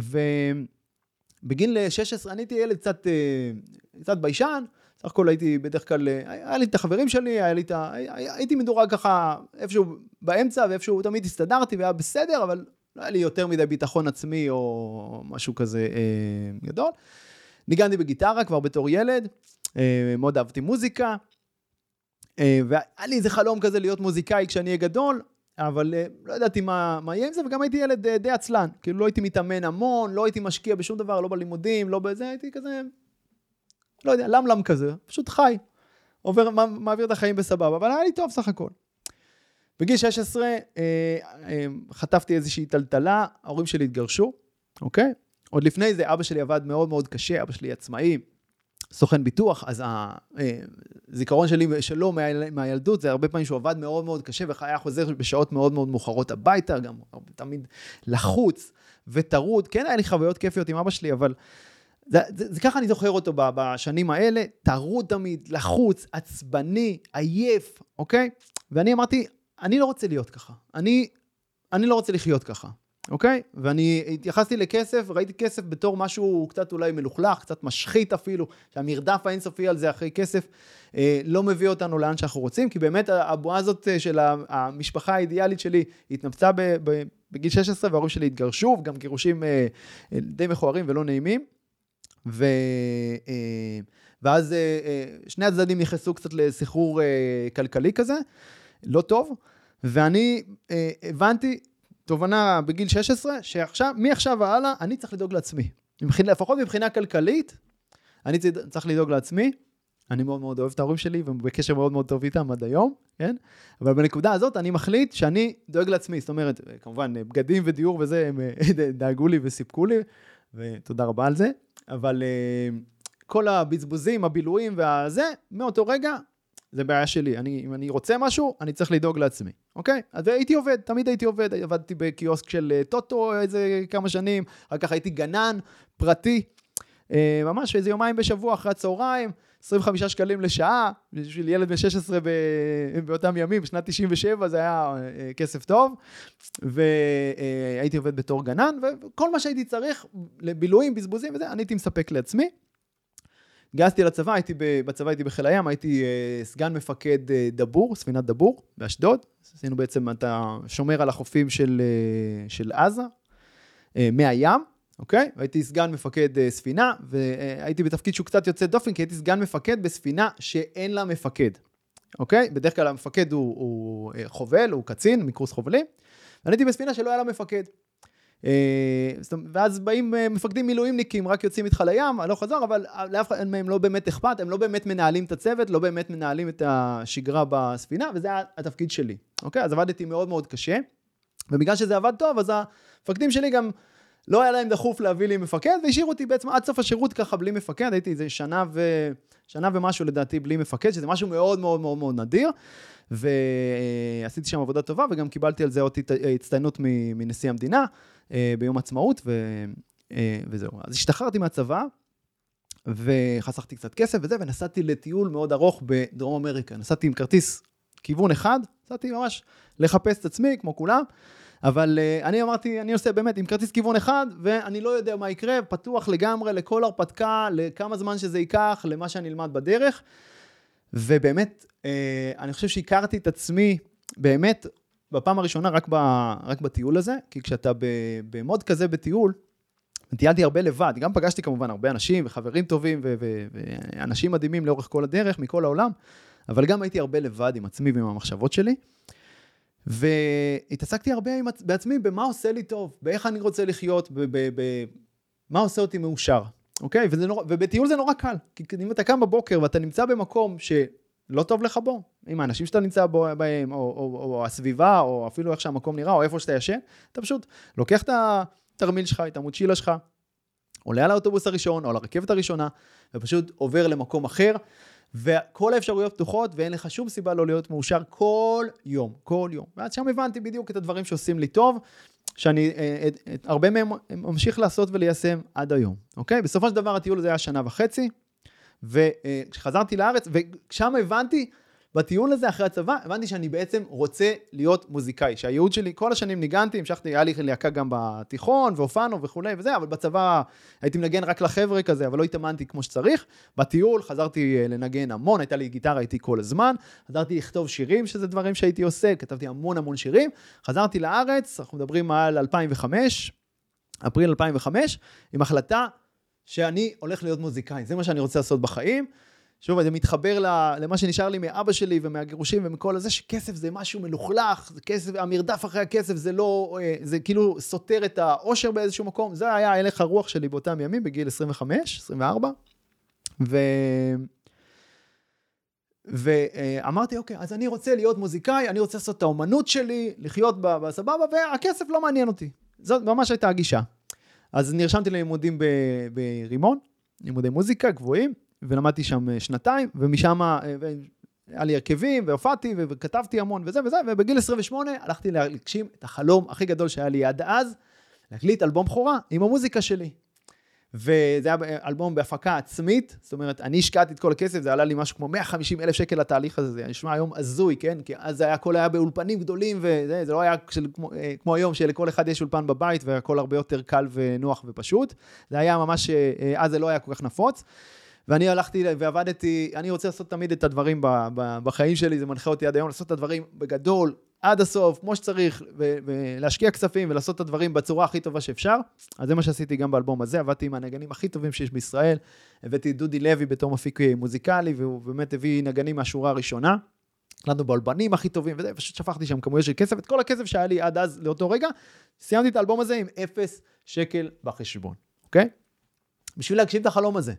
ובגיל 16 אני הייתי ילד קצת ביישן, סך הכל הייתי בדרך כלל, היה לי את החברים שלי, הייתי מדורג ככה איפשהו באמצע, ואיפשהו תמיד הסתדרתי והיה בסדר, אבל לא היה לי יותר מדי ביטחון עצמי או משהו כזה גדול. ניגנתי בגיטרה כבר בתור ילד, מאוד אהבתי מוזיקה, והיה לי איזה חלום כזה להיות מוזיקאי כשאני אהיה גדול, אבל לא ידעתי מה יהיה עם זה, וגם הייתי ילד די עצלן, כאילו לא הייתי מתאמן המון, לא הייתי משקיע בשום דבר, לא בלימודים, לא בזה, הייתי כזה לא יודע, למלם כזה, פשוט חי, מעביר את החיים בסבבה, אבל היה לי טוב סך הכל. בגיל 16 חטפתי איזושהי טלטלה, ההורים שלי התגרשו, אוקיי? עוד לפני זה אבא שלי עבד מאוד מאוד קשה, אבא שלי עצמאי, סוכן ביטוח, אז הזיכרון שלו מהילדות, זה הרבה פעמים שהוא עבד מאוד מאוד קשה, והיה חוזר בשעות מאוד מאוד מאוחרות הביתה, גם תמיד לחוץ וטרוד, כן היה לי חוויות כיפיות עם אבא שלי, אבל זה ככה אני זוכר אותו בשנים האלה, טרוד תמיד, לחוץ, עצבני, עייף, אוקיי? ואני אמרתי, אני לא רוצה להיות ככה. אני אני לא רוצה לחיות ככה, אוקיי? ואני התייחסתי לכסף, ראיתי כסף בתור משהו קצת אולי מלוכלך, קצת משחית אפילו, שהמרדף האינסופי על זה אחרי כסף, לא מביא אותנו לאן שאנחנו רוצים, כי באמת הבועה הזאת של המשפחה האידיאלית שלי, התנפצה בגיל 16, וההורים שלי התגרשו, וגם גירושים די מכוערים ולא נעימים, ואז שני הצדדים נכנסו קצת לסחרור כלכלי כזה, לא טוב, ואני הבנתי, תובנה בגיל 16, שעכשיו, מעכשיו והלאה, אני צריך לדאוג לעצמי. לפחות מבחינה כלכלית, אני צריך לדאוג לעצמי, אני מאוד מאוד אוהב את ההורים שלי, ובקשר מאוד מאוד טוב איתם עד היום, כן? אבל בנקודה הזאת אני מחליט שאני דואג לעצמי, זאת אומרת, כמובן, בגדים ודיור וזה, הם דאגו לי וסיפקו לי, ותודה רבה על זה, אבל כל הבזבוזים, הבילויים והזה, מאותו רגע, זה בעיה שלי. אם אני רוצה משהו, אני צריך לדאוג לעצמי, אוקיי? אז הייתי עובד, תמיד הייתי עובד, עבדתי בקיוסק של טוטו איזה כמה שנים, אחר כך הייתי גנן פרטי, ממש איזה יומיים בשבוע אחרי הצהריים, 25 שקלים לשעה, בשביל ילד בן 16 באותם ימים, בשנת 97 זה היה כסף טוב, והייתי עובד בתור גנן, וכל מה שהייתי צריך, לבילויים, בזבוזים וזה, אני הייתי מספק לעצמי. גייסתי לצבא, בצבא הייתי בחיל הים, הייתי סגן מפקד דבור, ספינת דבור, באשדוד. עשינו בעצם, אתה שומר על החופים של עזה, מהים, אוקיי? והייתי סגן מפקד ספינה, והייתי בתפקיד שהוא קצת יוצא דופן, כי הייתי סגן מפקד בספינה שאין לה מפקד, אוקיי? בדרך כלל המפקד הוא חובל, הוא קצין, מקורס חובלים, ואני הייתי בספינה שלא היה לה מפקד. ואז באים מפקדים מילואימניקים, רק יוצאים איתך לים, לא חזור, אבל לאף אחד מהם לא באמת אכפת, הם לא באמת מנהלים את הצוות, לא באמת מנהלים את השגרה בספינה, וזה היה התפקיד שלי. אוקיי? אז עבדתי מאוד מאוד קשה, ובגלל שזה עבד טוב, אז המפקדים שלי גם לא היה להם דחוף להביא לי מפקד, והשאירו אותי בעצם עד סוף השירות ככה בלי מפקד, הייתי איזה שנה ומשהו לדעתי בלי מפקד, שזה משהו מאוד מאוד מאוד מאוד נדיר, ועשיתי שם עבודה טובה, וגם קיבלתי על זה עוד הצטיינות מנשיא המדינה, ביום עצמאות, וזהו. אז השתחררתי מהצבא, וחסכתי קצת כסף וזה, ונסעתי לטיול מאוד ארוך בדרום אמריקה. נסעתי עם כרטיס כיוון אחד, נסעתי ממש לחפש את עצמי, כמו כולם, אבל אני אמרתי, אני עושה באמת עם כרטיס כיוון אחד, ואני לא יודע מה יקרה, פתוח לגמרי לכל הרפתקה, לכמה זמן שזה ייקח, למה שאני אלמד בדרך, ובאמת, אני חושב שהכרתי את עצמי, באמת, בפעם הראשונה רק בטיול הזה, כי כשאתה במוד כזה בטיול, טיילתי הרבה לבד, גם פגשתי כמובן הרבה אנשים וחברים טובים ואנשים מדהימים לאורך כל הדרך, מכל העולם, אבל גם הייתי הרבה לבד עם עצמי ועם המחשבות שלי, והתעסקתי הרבה בעצמי במה עושה לי טוב, באיך אני רוצה לחיות, מה עושה אותי מאושר, אוקיי? ובטיול זה נורא קל, כי אם אתה קם בבוקר ואתה נמצא במקום לא טוב לך בו, עם האנשים שאתה נמצא בהם, או הסביבה, או אפילו איך שהמקום נראה, או איפה שאתה ישן, אתה פשוט לוקח את התרמיל שלך, את המוצ'ילה שלך, עולה על האוטובוס הראשון, או על הרכבת הראשונה, ופשוט עובר למקום אחר, וכל האפשרויות פתוחות, ואין לך שום סיבה לא להיות מאושר כל יום. ואז שם הבנתי בדיוק את הדברים שעושים לי טוב, שאני הרבה מהם ממשיך לעשות וליישם עד היום. אוקיי? בסופו של דבר הטיול הזה היה 1.5 שנה, וכשחזרתי לארץ, ושם הבנתי, בטיול הזה אחרי הצבא, הבנתי שאני בעצם רוצה להיות מוזיקאי, שהייעוד שלי, כל השנים ניגנתי, המשכתי, היה לי להקה גם בתיכון, והופענו וכו' וזה, אבל בצבא הייתי מנגן רק לחבר'ה כזה, אבל לא התאמנתי כמו שצריך. בטיול חזרתי לנגן המון, הייתה לי גיטרה, הייתי כל הזמן, חזרתי לכתוב שירים, שזה דברים שהייתי עושה, כתבתי המון שירים, חזרתי לארץ, אנחנו מדברים על 2005, אפריל 2005, עם החלטה שאני הולך להיות מוזיקאי, זה מה שאני רוצה לעשות בחיים. שוב, זה מתחבר למה שנשאר לי מאבא שלי ומהגירושים ומכל הזה, שכסף זה משהו מלוכלך, זה כסף, המרדף אחרי הכסף זה לא, זה כאילו סותר את האושר באיזשהו מקום, זה היה הלך הרוח שלי באותם ימים, בגיל 25, 24, ואמרתי, אוקיי, אז אני רוצה להיות מוזיקאי, אני רוצה לעשות את האומנות שלי, לחיות בסבבה, והכסף לא מעניין אותי. זאת ממש הייתה הגישה. אז נרשמתי ללימודים ברימון, לימודי מוזיקה גבוהים, ולמדתי שם 2 ומשם היה לי הרכבים, והופעתי, וכתבתי המון וזה, ובגיל 28 הלכתי להגשים את החלום הכי גדול שהיה לי עד אז, להקליט אלבום בכורה עם המוזיקה שלי. וזה היה אלבום בהפקה עצמית, זאת אומרת, אני השקעתי את כל הכסף, זה עלה לי משהו כמו 150,000 שקל לתהליך הזה, זה נשמע היום הזוי, כן? כי אז הכל היה באולפנים גדולים, וזה לא היה כמו היום, שלכל אחד יש אולפן בבית, והכל הרבה יותר קל ונוח ופשוט. זה היה ממש, אז זה לא היה כל כך נפוץ. ואני הלכתי ועבדתי, אני רוצה לעשות תמיד את הדברים בחיים שלי, זה מנחה אותי עד היום, לעשות את הדברים בגדול, עד הסוף, כמו שצריך, ולהשקיע כספים, ולעשות את הדברים בצורה הכי טובה שאפשר. אז זה מה שעשיתי גם באלבום הזה, עבדתי עם הנגנים הכי טובים שיש בישראל, הבאתי דודי לוי בתור מפיק מוזיקלי, והוא באמת הביא נגנים מהשורה הראשונה, הקלטנו באולפנים הכי טובים, וזה, פשוט שפכתי שם כמויות של כסף, את כל הכסף שהיה לי עד אז לאותו רגע, סיימתי את האלבום הזה עם 0 שקל בחשבון, אוקיי? בשביל להגשים את החלום הזה.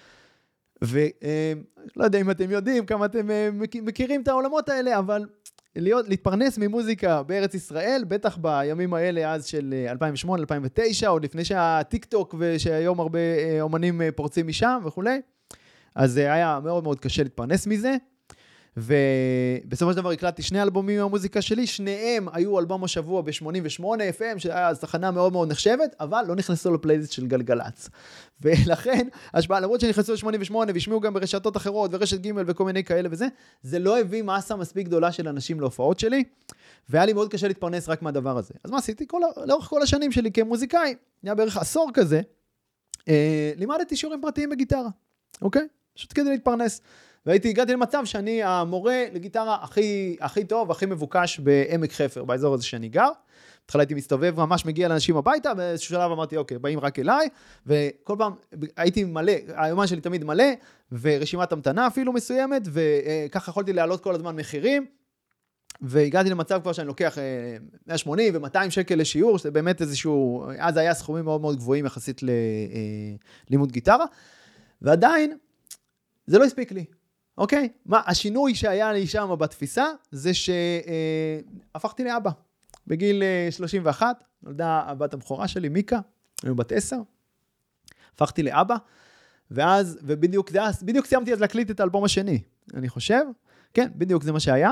ולא יודע אם אתם יודעים, כמה אתם מכירים את העולמות האלה, אבל להתפרנס ממוזיקה בארץ ישראל, בטח בימים האלה אז של 2008, 2009, עוד לפני שהטיק טוק ושהיום הרבה אומנים פורצים משם וכו'. אז זה היה מאוד מאוד קשה להתפרנס מזה. ובסופו של דבר הקלטתי 2 אלבומים מהמוזיקה שלי, שניהם היו אלבום השבוע ב-88 FM, שהיה אז תחנה מאוד מאוד נחשבת, אבל לא נכנסו לפלייליסט של גלגלץ. ולכן, השפעה, למרות שנכנסו ל-88 והשמיעו גם ברשתות אחרות, ורשת ג' וכל מיני כאלה וזה, זה לא הביא מסה מספיק גדולה של אנשים להופעות שלי, והיה לי מאוד קשה להתפרנס רק מהדבר הזה. אז מה עשיתי? לאורך כל השנים שלי כמוזיקאי, היה בערך עשור כזה, לימדתי שיעורים פרטיים בגיטרה, אוקיי? פשוט כדי להתפרנס. הגעתי למצב שאני המורה לגיטרה הכי טוב, הכי מבוקש בעמק חפר, באזור הזה שאני גר. התחלה הייתי מסתובב, ממש מגיע לאנשים הביתה, באיזשהו שלב אמרתי, אוקיי, באים רק אליי, וכל פעם הייתי מלא, היומן שלי תמיד מלא, ורשימת המתנה אפילו מסוימת, וככה יכולתי להעלות כל הזמן מחירים, והגעתי למצב כבר שאני לוקח 180 ו-200 שקל לשיעור, שזה באמת איזשהו, אז היה סכומים מאוד מאוד גבוהים יחסית ללימוד גיטרה, ועדיין זה לא הספיק לי. אוקיי? השינוי שהיה לי שם בתפיסה, זה שהפכתי לאבא. בגיל 31, נולדה הבת הבכורה שלי, מיקה, אני בת 10, הפכתי לאבא, ובדיוק סיימתי אז להקליט את האלבום השני, אני חושב, כן, בדיוק זה מה שהיה,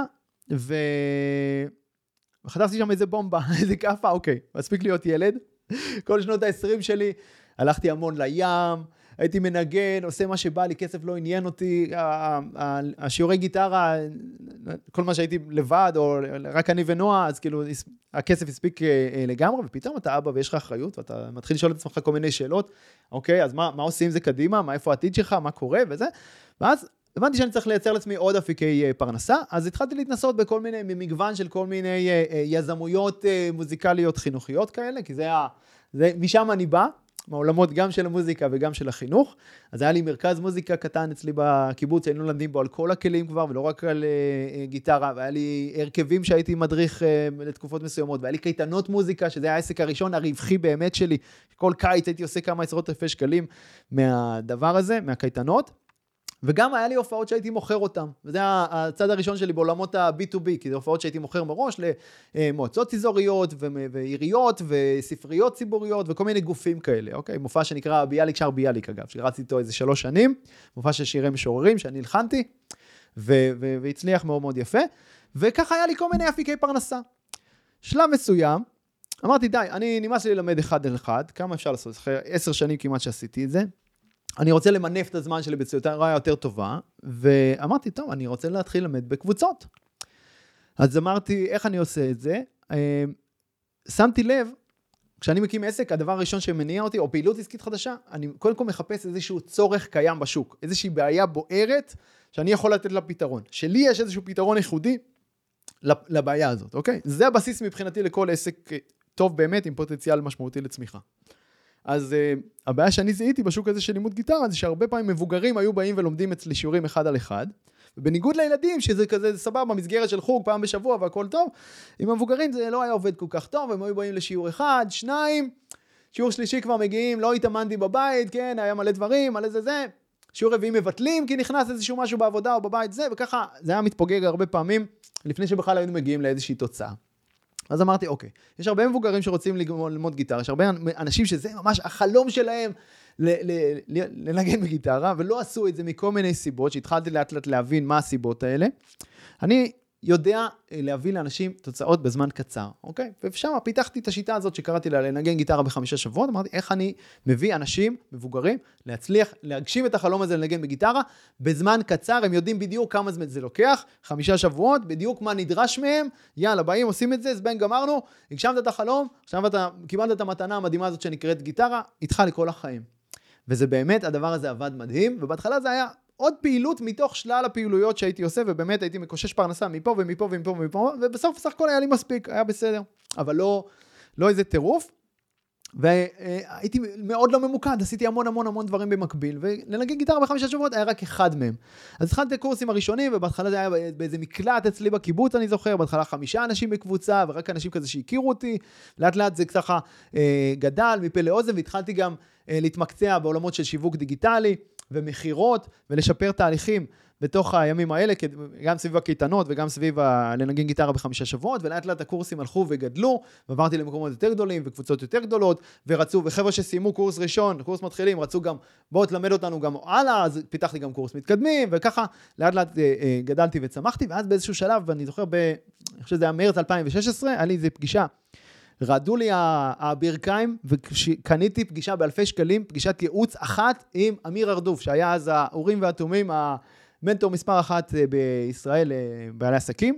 וחטפתי שם איזה בומבה, איזה קפה, אוקיי, מספיק להיות ילד, כל שנות ה-20 שלי, הלכתי המון לים, הייתי מנגן, עושה מה שבא לי, כסף לא עניין אותי, השיעורי גיטרה, כל מה שהייתי לבד, או רק אני ונועה, אז כאילו, הכסף הספיק לגמרי, ופתאום אתה אבא ויש לך אחריות, ואתה מתחיל לשאול את עצמך כל מיני שאלות, אוקיי, אז מה עושים זה קדימה, איפה העתיד שלך, מה קורה וזה, ואז הבנתי שאני צריך לייצר לעצמי עוד אפיקי פרנסה, אז התחלתי להתנסות בכל מיני, ממגוון של כל מיני יזמויות מוזיקליות חינוכיות כאלה, כי משם אני בא, מהעולמות גם של המוזיקה וגם של החינוך. אז היה לי מרכז מוזיקה קטן אצלי בקיבוץ, היינו לומדים בו על כל הכלים כבר, ולא רק על גיטרה, והיה לי הרכבים שהייתי מדריך לתקופות מסוימות, והיה לי קייטנות מוזיקה, שזה היה העסק הראשון הרווחי באמת שלי, כל קיץ הייתי עושה כמה עשרות אלפי שקלים מהדבר הזה, מהקייטנות, וגם היה לי הופעות שהייתי מוכר אותם, וזה הצד הראשון שלי בעולמות ה-B2B, כי זה הופעות שהייתי מוכר מראש למועצות אזוריות ועיריות וספריות ציבוריות וכל מיני גופים כאלה, אוקיי? מופע שנקרא ביאליק שר ביאליק אגב, שרצתי איתו איזה 3 שנים, מופע של שירי משוררים שאני הלחנתי, והצליח מאוד מאוד יפה, וככה היה לי כל מיני אפיקי פרנסה. שלב מסוים, אמרתי די, אני נמאס לי ללמד אחד על אחד, כמה אפשר לעשות? אחרי 10 שנים כמעט שעשיתי את זה, אני רוצה למנף את הזמן שלי בצורה יותר טובה, ואמרתי, טוב, אני רוצה להתחיל ללמד בקבוצות. אז אמרתי, איך אני עושה את זה? שמתי לב, כשאני מקים עסק, הדבר הראשון שמניע אותי, או פעילות עסקית חדשה, אני קודם כל מחפש איזשהו צורך קיים בשוק, איזושהי בעיה בוערת, שאני יכול לתת לה פתרון. שלי יש איזשהו פתרון ייחודי לבעיה הזאת, אוקיי? זה הבסיס מבחינתי לכל עסק טוב באמת, עם פוטנציאל משמעותי לצמיחה. אז הבעיה שאני זיהיתי בשוק הזה של לימוד גיטרה, זה שהרבה פעמים מבוגרים היו באים ולומדים אצלי שיעורים אחד על אחד, ובניגוד לילדים, שזה כזה סבבה, מסגרת של חוג פעם בשבוע והכל טוב, עם המבוגרים זה לא היה עובד כל כך טוב, הם היו באים לשיעור 1, 2, שיעור שלישי כבר מגיעים, לא התאמנתי בבית, כן, היה מלא דברים, מלא זה, שיעור רביעי מבטלים, כי נכנס איזשהו משהו בעבודה או בבית זה, וככה זה היה מתפוגג הרבה פעמים, לפני שבכלל היינו מגיעים לאיזושהי תוצאה. אז אמרתי, אוקיי, יש הרבה מבוגרים שרוצים ללמוד גיטרה, יש הרבה אנשים שזה ממש החלום שלהם לנגן בגיטרה, ולא עשו את זה מכל מיני סיבות, שהתחלתי לאט לאט להבין מה הסיבות האלה. אני יודע להביא לאנשים תוצאות בזמן קצר, אוקיי? ושם פיתחתי את השיטה הזאת שקראתי לה לנגן גיטרה ב5 שבועות, אמרתי איך אני מביא אנשים מבוגרים להצליח להגשים את החלום הזה לנגן בגיטרה, בזמן קצר הם יודעים בדיוק כמה זמן זה לוקח, 5 שבועות, בדיוק מה נדרש מהם, יאללה, באים, עושים את זה, זבנג גמרנו, הגשמת את החלום, עכשיו אתה קיבלת את המתנה המדהימה הזאת שנקראת גיטרה, איתך לכל החיים. וזה באמת, הדבר הזה עבד מדהים, ובהתחלה זה היה עוד פעילות מתוך שלל הפעילויות שהייתי עושה, ובאמת הייתי מקושש פרנסה מפה ומפה ומפה ומפה, ובסוף סך הכל היה לי מספיק, היה בסדר, אבל לא איזה טירוף, והייתי מאוד לא ממוקד, עשיתי המון דברים במקביל, ולנגן גיטרה ב5 שבועות היה רק אחד מהם. אז התחלתי קורסים הראשונים, ובהתחלה זה היה באיזה מקלט אצלי בקיבוץ, אני זוכר, בהתחלה 5 אנשים בקבוצה, ורק אנשים כזה שהכירו אותי, לאט לאט זה ככה גדל מפה לאוזן, והתחלתי גם להתמקצע בעולמות של שיווק דיגיטלי, ומחירות, ולשפר תהליכים בתוך הימים האלה, גם סביב הקייטנות וגם סביב לנגן גיטרה ב5 שבועות, ולאט לאט הקורסים הלכו וגדלו, ועברתי למקומות יותר גדולים וקבוצות יותר גדולות, וחבר'ה שסיימו קורס ראשון, קורס מתחילים, רצו גם, בואו תלמד אותנו גם הלאה, אז פיתחתי גם קורס מתקדמים, וככה לאט לאט גדלתי וצמחתי, ואז באיזשהו שלב, ואני זוכר אני חושב שזה היה מרץ 2016, היה לי איזו פגישה, רעדו לי הברכיים, וקניתי פגישה באלפי שקלים, פגישת ייעוץ אחת עם אמיר ארדוף, שהיה אז האורים והתומים, המנטור מספר 1 בישראל, בעלי עסקים,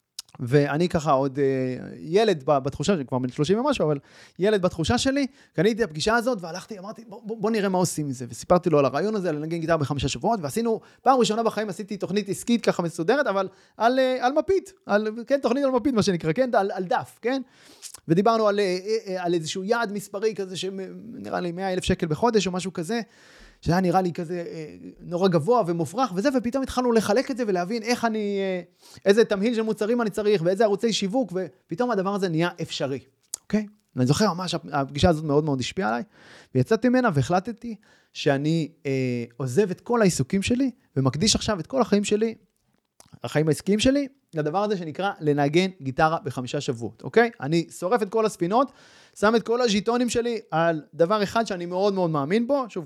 ואני ככה עוד ילד בתחושה שלי, כבר בן 30 ומשהו, אבל ילד בתחושה שלי, קניתי את הפגישה הזאת, והלכתי, אמרתי, בוא נראה מה עושים מזה, וסיפרתי לו על הרעיון הזה, לנגן גיטרה ב5 שבועות, ועשינו, פעם ראשונה בחיים עשיתי תוכנית עסקית ככה מסודרת, אבל על מפית, כן, תוכנית על מפית, מה שנקרא, כן, על דף, כן, ודיברנו על איזשהו יעד מספרי כזה, שנראה לי 100,000 שקל בחודש, או משהו כזה, שהיה נראה לי כזה נורא גבוה ומופרח וזה, ופתאום התחלנו לחלק את זה ולהבין איך איזה תמהיל של מוצרים אני צריך, ואיזה ערוצי שיווק, ופתאום הדבר הזה נהיה אפשרי, אוקיי? ואני זוכר ממש, הפגישה הזאת מאוד מאוד השפיעה עליי, ויצאתי ממנה והחלטתי שאני עוזב את כל העיסוקים שלי, ומקדיש עכשיו את כל החיים שלי, החיים העסקיים שלי, לדבר הזה שנקרא לנגן גיטרה ב5 שבועות, אוקיי? אני שורף את כל הספינות, שם את כל הז'יטונים שלי על דבר אחד שאני מאוד מאוד מאמין בו, שוב,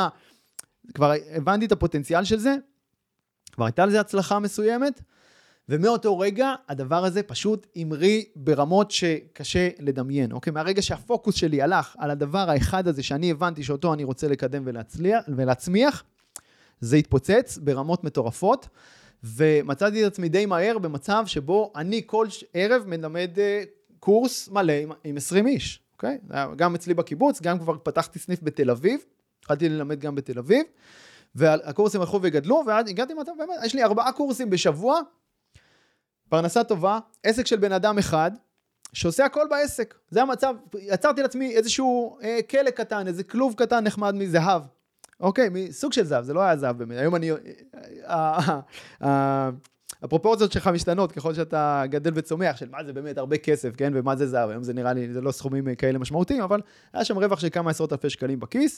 כבר הבנתי את הפוטנציאל של זה, כבר הייתה לזה הצלחה מסוימת, ומאותו רגע הדבר הזה פשוט אמרי ברמות שקשה לדמיין, אוקיי? מהרגע שהפוקוס שלי הלך על הדבר האחד הזה שאני הבנתי שאותו אני רוצה לקדם ולהצמיח, זה התפוצץ ברמות מטורפות, ומצאתי את עצמי די מהר במצב שבו אני כל ערב מלמד קורס מלא עם 20 איש, אוקיי? גם אצלי בקיבוץ, גם כבר פתחתי סניף בתל אביב, התחלתי ללמד גם בתל אביב, והקורסים הלכו וגדלו, ועד הגעתי למצב, באמת, יש לי 4 קורסים בשבוע, פרנסה טובה, עסק של בן אדם אחד, שעושה הכל בעסק. זה המצב, יצרתי לעצמי איזשהו כלא קטן, איזה כלוב קטן נחמד מזהב, אוקיי, מסוג של זהב, זה לא היה זהב באמת, היום הפרופורציות שלך משתנות ככל שאתה גדל וצומח, של מה זה באמת הרבה כסף, כן, ומה זה זהב, היום זה נראה לי, זה לא סכומים כאלה משמעותיים, אבל היה שם רווח של כמה עשרות אלפי שקלים בכיס,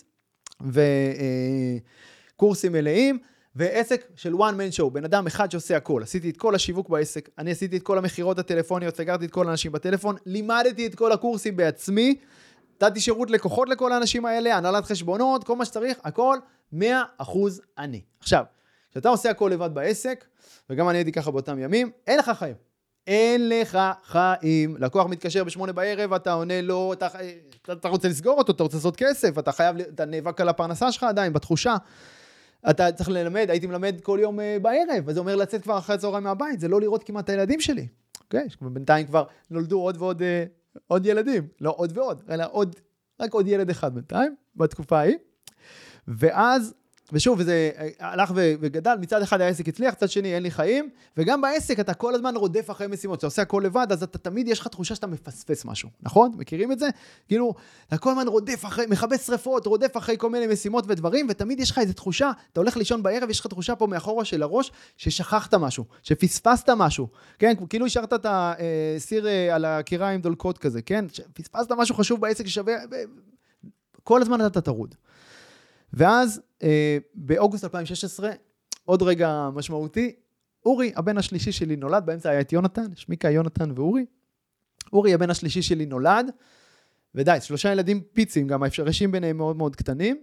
וקורסים מלאים, ועסק של one man show, בן אדם אחד שעושה הכל, עשיתי את כל השיווק בעסק, אני עשיתי את כל המחירות הטלפוניות, סגרתי את כל האנשים בטלפון, לימדתי את כל הקורסים בעצמי, נתתי שירות לקוחות לכל האנשים האלה, הנהלת חשבונות, כל מה שצריך, הכל 100% אני. עכשיו, כשאתה עושה הכל לבד בעסק, וגם אני הייתי ככה באותם ימים, אין לך חיים. אין לך חיים. לקוח מתקשר ב8 בערב, אתה עונה לו, אתה רוצה לסגור אותו, אתה רוצה לעשות כסף, אתה נאבק על הפרנסה שלך עדיין, בתחושה. אתה צריך ללמד, הייתי מלמד כל יום בערב, וזה אומר לצאת כבר אחרי הצהריים מהבית, זה לא לראות כמעט את הילדים שלי. אוקיי? בינתיים כבר נולדו עוד ועוד עוד ילדים, לא עוד ועוד, אלא רק עוד ילד אחד בינתיים, בתקופה ההיא. ואז, ושוב, זה הלך וגדל, מצד אחד העסק הצליח, צד שני אין לי חיים, וגם בעסק אתה כל הזמן רודף אחרי משימות, אתה עושה הכל לבד, אז אתה תמיד יש לך תחושה שאתה מפספס משהו, נכון? מכירים את זה? כאילו, אתה כל הזמן רודף אחרי, מכבס שריפות, רודף אחרי כל מיני משימות ודברים, ותמיד יש לך איזו תחושה, אתה הולך לישון בערב, יש לך תחושה פה מאחורה של הראש, ששכחת משהו, שפספסת משהו, כן? כאילו השארת את הסיר על הקירה עם דולקות כזה, כן? שפספסת משהו חשוב בעסק ששווה, כל הזמן אתה תרוד. ואז באוגוסט 2016, עוד רגע משמעותי, אורי, הבן השלישי שלי נולד, באמצע היה את יונתן, שמיקה, יונתן ואורי. אורי, הבן השלישי שלי נולד, ודי, 3 ילדים פיצים, גם ההפרשים ביניהם מאוד מאוד קטנים,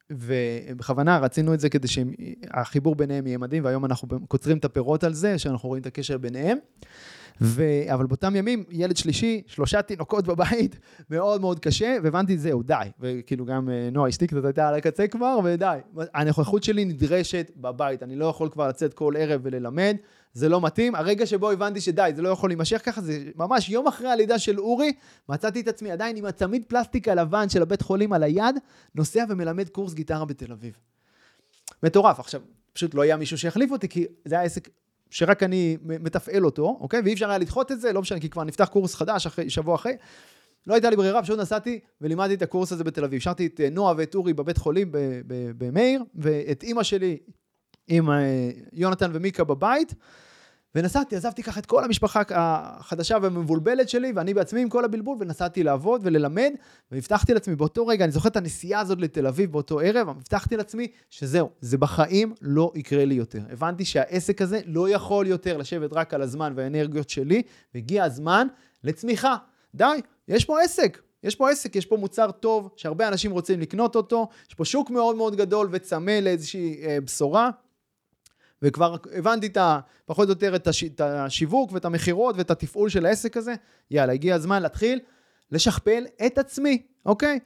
ובכוונה רצינו את זה כדי שהחיבור ביניהם יהיה מדהים, והיום אנחנו קוצרים את הפירות על זה, שאנחנו רואים את הקשר ביניהם. אבל באותם ימים, ילד שלישי, 3 תינוקות בבית, מאוד מאוד קשה, והבנתי, זהו, די. וכאילו גם נועה, אשתי קצת הייתה על הקצה כבר, ודי. הנוכחות שלי נדרשת בבית, אני לא יכול כבר לצאת כל ערב וללמד, זה לא מתאים. הרגע שבו הבנתי שדי, זה לא יכול להימשך ככה, זה ממש יום אחרי הלידה של אורי, מצאתי את עצמי עדיין עם הצמיד פלסטיק הלבן של הבית חולים על היד, נוסע ומלמד קורס גיטרה בתל אביב. מטורף. עכשיו, פשוט לא היה מישהו שיחליף אותי, כי זה היה עסק שרק אני מתפעל אותו, אוקיי? ואי אפשר היה לדחות את זה, לא משנה, כי כבר נפתח קורס חדש שבוע אחרי. לא הייתה לי ברירה, פשוט נסעתי ולימדתי את הקורס הזה בתל אביב. השארתי את נועה ואת אורי בבית חולים במאיר, ואת אמא שלי עם יונתן ומיקה בבית, ונסעתי, עזבתי ככה את כל המשפחה החדשה והמבולבלת שלי, ואני בעצמי עם כל הבלבול, ונסעתי לעבוד וללמד, והבטחתי לעצמי באותו רגע, אני זוכר את הנסיעה הזאת לתל אביב באותו ערב, הבטחתי לעצמי שזהו, זה בחיים לא יקרה לי יותר. הבנתי שהעסק הזה לא יכול יותר לשבת רק על הזמן והאנרגיות שלי, והגיע הזמן לצמיחה. די, יש פה עסק. יש פה עסק, יש פה מוצר טוב, שהרבה אנשים רוצים לקנות אותו, יש פה שוק מאוד מאוד גדול וצמא לאיזושהי בשורה, וכבר הבנתי פחות או יותר את השיווק ואת המחירות ואת התפעול של העסק הזה. יאללה, הגיע הזמן להתחיל לשכפל את עצמי, אוקיי?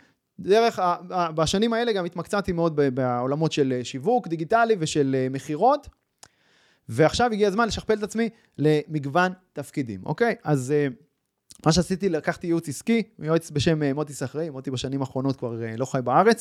בשנים האלה גם התמקצעתי מאוד בעולמות של שיווק דיגיטלי ושל מחירות, ועכשיו הגיע הזמן לשכפל את עצמי למגוון תפקידים, אוקיי? אז מה שעשיתי, לקחתי ייעוץ עסקי, יועץ בשם מוטי סחרי, מוטי בשנים האחרונות כבר לא חי בארץ,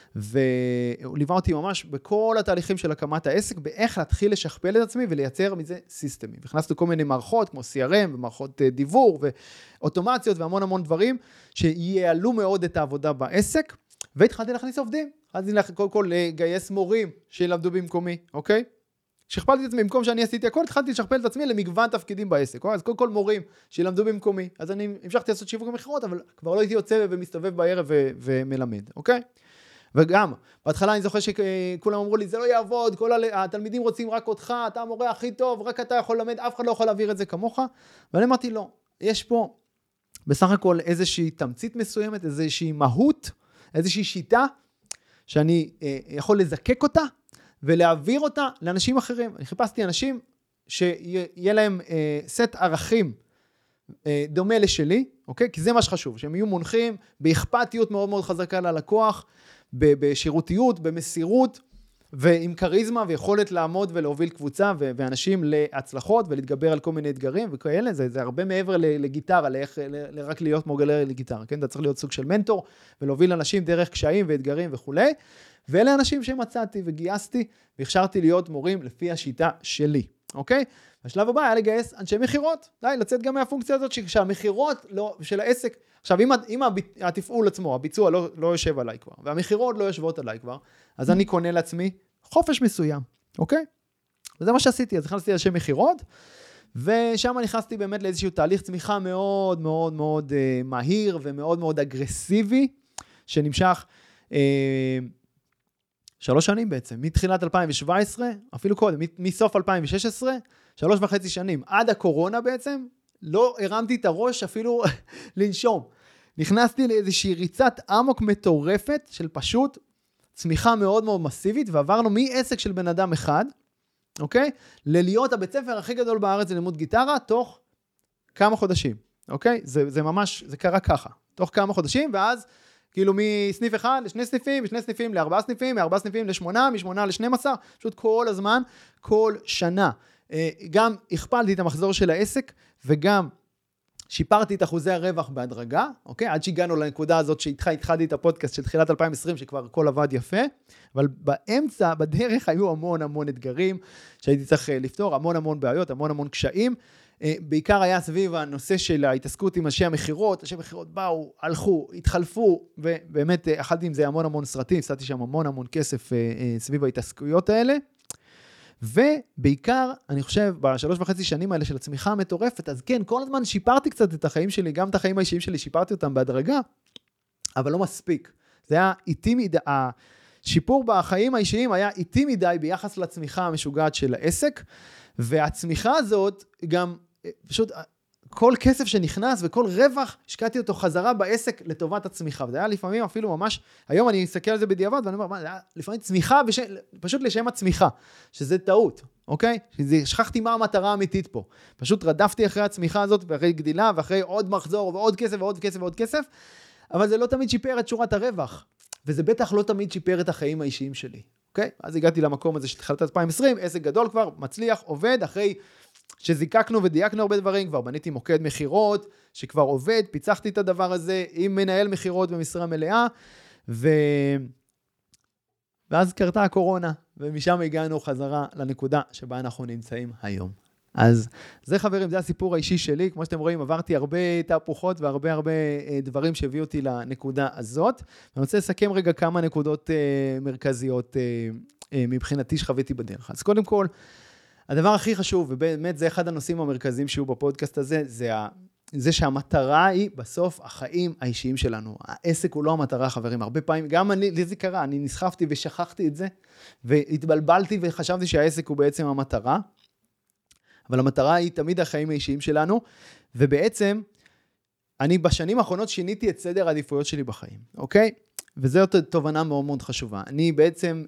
והוא ליווה אותי ממש בכל התהליכים של הקמת העסק, באיך להתחיל לשכפל את עצמי ולייצר מזה סיסטמים. הכנסנו כל מיני מערכות, כמו CRM ומערכות דיוור ואוטומציות והמון המון דברים, שיעלו מאוד את העבודה בעסק, והתחלתי להכניס עובדים. התחלתי קודם כל לגייס מורים שילמדו במקומי, אוקיי? שכפלתי את עצמי, במקום שאני עשיתי הכל, התחלתי לשכפל את עצמי למגוון תפקידים בעסק. אז כל מורים שילמדו במקומי, אז אני המשכתי לעשות שיווק ומכירות, אבל כבר לא הייתי יוצא ומסתובב בערב ומלמד, אוקיי? וגם, בהתחלה אני זוכר שכולם אמרו לי, זה לא יעבוד, כל התלמידים רוצים רק אותך, אתה המורה הכי טוב, רק אתה יכול ללמד, אף אחד לא יכול להעביר את זה כמוך. ואני אמרתי, לא, יש פה בסך הכל איזושהי תמצית מסוימת, איזושהי מהות, איזושהי שיטה, שאני יכול לזקק אותה, ולהעביר אותה לאנשים אחרים. אני חיפשתי אנשים שיהיה להם סט ערכים דומה לשלי, אוקיי? כי זה מה שחשוב, שהם יהיו מונחים באכפתיות מאוד מאוד חזקה ללקוח, בשירותיות, במסירות, ועם קריזמה ויכולת לעמוד ולהוביל קבוצה ואנשים להצלחות ולהתגבר על כל מיני אתגרים וכאלה. זה הרבה מעבר לגיטרה, רק להיות מוגלר לגיטרה, כן? אתה צריך להיות סוג של מנטור ולהוביל אנשים דרך קשיים ואתגרים וכולי. ואלה אנשים שמצאתי וגייסתי והכשרתי להיות מורים לפי השיטה שלי, אוקיי? השלב הבא היה לגייס אנשי מחירות, לצאת גם מהפונקציה הזאת שהמחירות של העסק, עכשיו אם התפעול עצמו, הביצוע לא יושב עליי כבר, והמחירות לא יושבות עליי כבר, אז אני קונה לעצמי חופש מסוים, אוקיי? וזה מה שעשיתי, אז נכנסתי לאנשי מחירות, ושם נכנסתי באמת לאיזשהו תהליך צמיחה מאוד מאוד מאוד מהיר ומאוד מאוד אגרסיבי, שנמשך 3 שנים בעצם, מתחילת 2017, אפילו קודם, מסוף 2016, 3.5 שנים, עד הקורונה בעצם, לא הרמתי את הראש אפילו לנשום. נכנסתי לאיזושהי ריצת עמוק מטורפת של פשוט צמיחה מאוד מאוד מסיבית, ועברנו מעסק של בן אדם אחד, אוקיי? ללהיות הבית ספר הכי גדול בארץ ללימוד גיטרה, תוך כמה חודשים, אוקיי? זה ממש, זה קרה ככה, תוך כמה חודשים, ואז כאילו מסניף אחד ל2 סניפים, מ2 סניפים ל4 סניפים, מ4 סניפים ל8, מ8 ל12, פשוט כל הזמן, כל שנה. גם הכפלתי את המחזור של העסק, וגם שיפרתי את אחוזי הרווח בהדרגה, אוקיי? עד שהגענו לנקודה הזאת שהתחלתי את הפודקאסט של תחילת 2020, שכבר הכל עבד יפה, אבל באמצע, בדרך, היו המון המון אתגרים שהייתי צריך לפתור, המון המון בעיות, המון המון קשיים, בעיקר היה סביב הנושא של ההתעסקות עם אנשי המחירות, אנשי המחירות באו, הלכו, התחלפו, ובאמת אכלתי עם זה המון המון סרטים, עשיתי שם המון המון כסף סביב ההתעסקויות האלה, ובעיקר, אני חושב, ב3.5 שנים האלה של הצמיחה המטורפת, אז כן, כל הזמן שיפרתי קצת את החיים שלי, גם את החיים האישיים שלי שיפרתי אותם בהדרגה, אבל לא מספיק. זה היה איטי מדי, השיפור בחיים האישיים היה איטי מדי ביחס לצמיחה המשוגעת של העסק, והצמיחה הזאת גם, פשוט, כל כסף שנכנס וכל רווח, השקעתי אותו חזרה בעסק לטובת הצמיחה. וזה היה לפעמים אפילו ממש, היום אני אסתכל על זה בדיעבד, ואני אומר, זה היה לפעמים צמיחה, פשוט לשם הצמיחה, שזה טעות, אוקיי? שכחתי מה המטרה האמיתית פה. פשוט רדפתי אחרי הצמיחה הזאת, ואחרי גדילה, ואחרי עוד מחזור, ועוד כסף, ועוד כסף, ועוד כסף, אבל זה לא תמיד שיפר את שורת הרווח, וזה בטח לא תמיד שיפר את החיים האישיים שלי, אוקיי? אז הגעתי למקום הזה של תחילת 2020, עסק גדול כבר, מצליח, עובד, אחרי שזיקקנו ודייקנו הרבה דברים, כבר בניתי מוקד מחירות, שכבר עובד, פיצחתי את הדבר הזה, עם מנהל מחירות במשרה מלאה, ואז קרתה הקורונה, ומשם הגענו חזרה לנקודה שבה אנחנו נמצאים היום. אז זה חברים, זה הסיפור האישי שלי, כמו שאתם רואים, עברתי הרבה תהפוכות והרבה דברים שהביאו אותי לנקודה הזאת, ואני רוצה לסכם רגע כמה נקודות מרכזיות מבחינתי שחוויתי בדרך. אז קודם כל, הדבר הכי חשוב, ובאמת זה אחד הנושאים המרכזיים שיהיו בפודקאסט הזה, זה שהמטרה היא בסוף החיים האישיים שלנו. העסק הוא לא המטרה, חברים. הרבה פעמים, גם לי זה קרה, אני נסחפתי ושכחתי את זה, והתבלבלתי וחשבתי שהעסק הוא בעצם המטרה, אבל המטרה היא תמיד החיים האישיים שלנו, ובעצם אני בשנים האחרונות שיניתי את סדר העדיפויות שלי בחיים, אוקיי? וזו תובנה מאוד מאוד חשובה. אני בעצם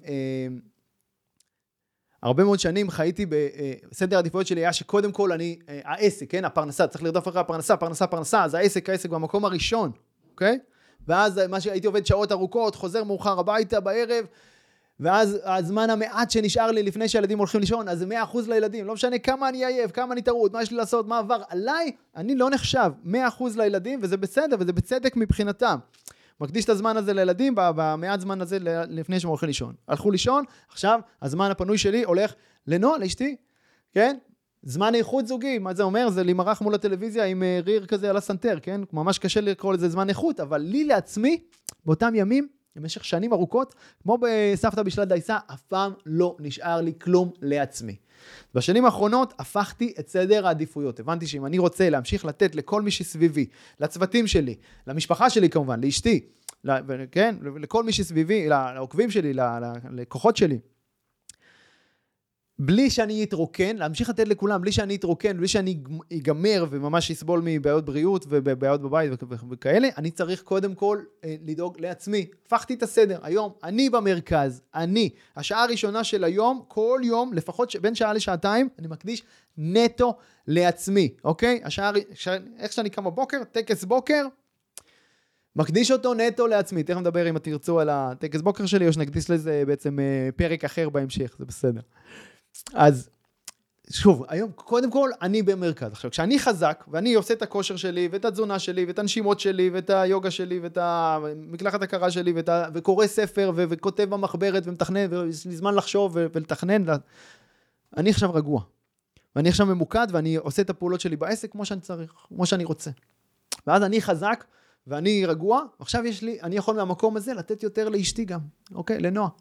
הרבה מאוד שנים חייתי בסדר העדיפויות שלי היה שקודם כל אני, העסק, כן, הפרנסה, צריך לרדוף אחרי הפרנסה, אז העסק במקום הראשון, אוקיי? ואז מה שהייתי עובד שעות ארוכות, חוזר מאוחר הביתה בערב, ואז הזמן המעט שנשאר לי לפני שהילדים הולכים לישון, אז זה 100% לילדים, לא משנה כמה אני עייף, כמה אני טרוד, מה יש לי לעשות, מה עבר, עליי, אני לא נחשב 100% לילדים, וזה בסדר, וזה בצדק מבחינתם. מקדיש את הזמן הזה לילדים, במעט זמן הזה לפני שהם הולכים לישון. הלכו לישון, עכשיו הזמן הפנוי שלי הולך לנוע, לאשתי, כן? זמן איכות זוגי, מה זה אומר? זה להימרח מול הטלוויזיה עם ריר כזה על הסנטר, כן? ממש קשה לקרוא לזה זמן איכות, אבל לי לעצמי, באותם ימים, במשך שנים ארוכות, כמו בסבתא בשלת דייסה, אף פעם לא נשאר לי כלום לעצמי. בשנים האחרונות הפכתי את סדר העדיפויות. הבנתי שאם אני רוצה להמשיך לתת לכל מי שסביבי, לצוותים שלי, למשפחה שלי כמובן, לאשתי, כן? לכל מי שסביבי, לעוקבים שלי, ללקוחות שלי, בלי שאני אתרוקן, להמשיך לתת לכולם, בלי שאני אתרוקן, בלי שאני אגמר וממש אסבול מבעיות בריאות ובעיות בבית וכאלה, אני צריך קודם כל לדאוג לעצמי. הפכתי את הסדר. היום אני במרכז, השעה הראשונה של היום, כל יום, לפחות בין שעה לשעתיים, אני מקדיש נטו לעצמי, אוקיי? איך שאני קם בבוקר, טקס בוקר, מקדיש אותו נטו לעצמי. תכף נדבר אם תרצו על הטקס בוקר שלי, או שנקדיש לזה בעצם פרק אחר בהמשך, זה בסדר. אז שוב, היום קודם כל אני במרכז. עכשיו, כשאני חזק ואני עושה את הכושר שלי ואת התזונה שלי ואת הנשימות שלי ואת היוגה שלי ואת המקלחת הקרה שלי וקורא ספר וכותב במחברת ומתכנן ויש לי זמן לחשוב ולתכנן, אני עכשיו רגוע. ואני עכשיו ממוקד ואני עושה את הפעולות שלי בעסק כמו שאני צריך, כמו שאני רוצה. ואז אני חזק ואני רגוע, עכשיו אני יכול מהמקום הזה לתת יותר לאשתי גם, אוקיי? לנועה.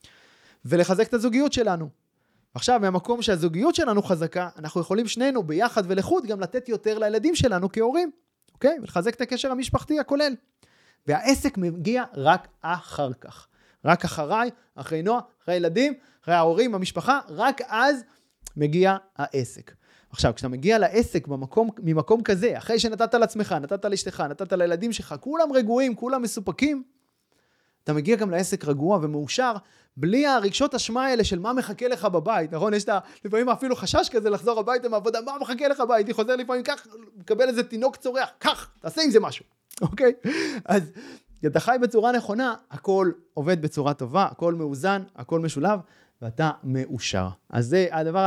ולחזק את הזוגיות שלנו. עכשיו, מהמקום שהזוגיות שלנו חזקה, אנחנו יכולים שנינו ביחד ולחוד גם לתת יותר לילדים שלנו כהורים, אוקיי? ולחזק את הקשר המשפחתי הכולל. והעסק מגיע רק אחר כך. רק אחריי, אחרי נועה, אחרי ילדים, אחרי ההורים, המשפחה, רק אז מגיע העסק. עכשיו, כשאתה מגיע לעסק ממקום כזה, אחרי שנתת לעצמך, נתת לאשתך, נתת לילדים שלך, כולם רגועים, כולם מסופקים, אתה מגיע גם לעסק רגוע ומאושר, בלי הרגשות אשמה האלה של מה מחכה לך בבית, נכון? יש לפעמים אפילו חשש כזה לחזור הביתה מהעבודה, מה מחכה לך בבית? היא חוזר לפעמים כך, מקבל איזה תינוק צורח, כך, תעשה עם זה משהו, אוקיי? אז אתה חי בצורה נכונה, הכל עובד בצורה טובה, הכל מאוזן, הכל משולב, ואתה מאושר. אז זה הדבר,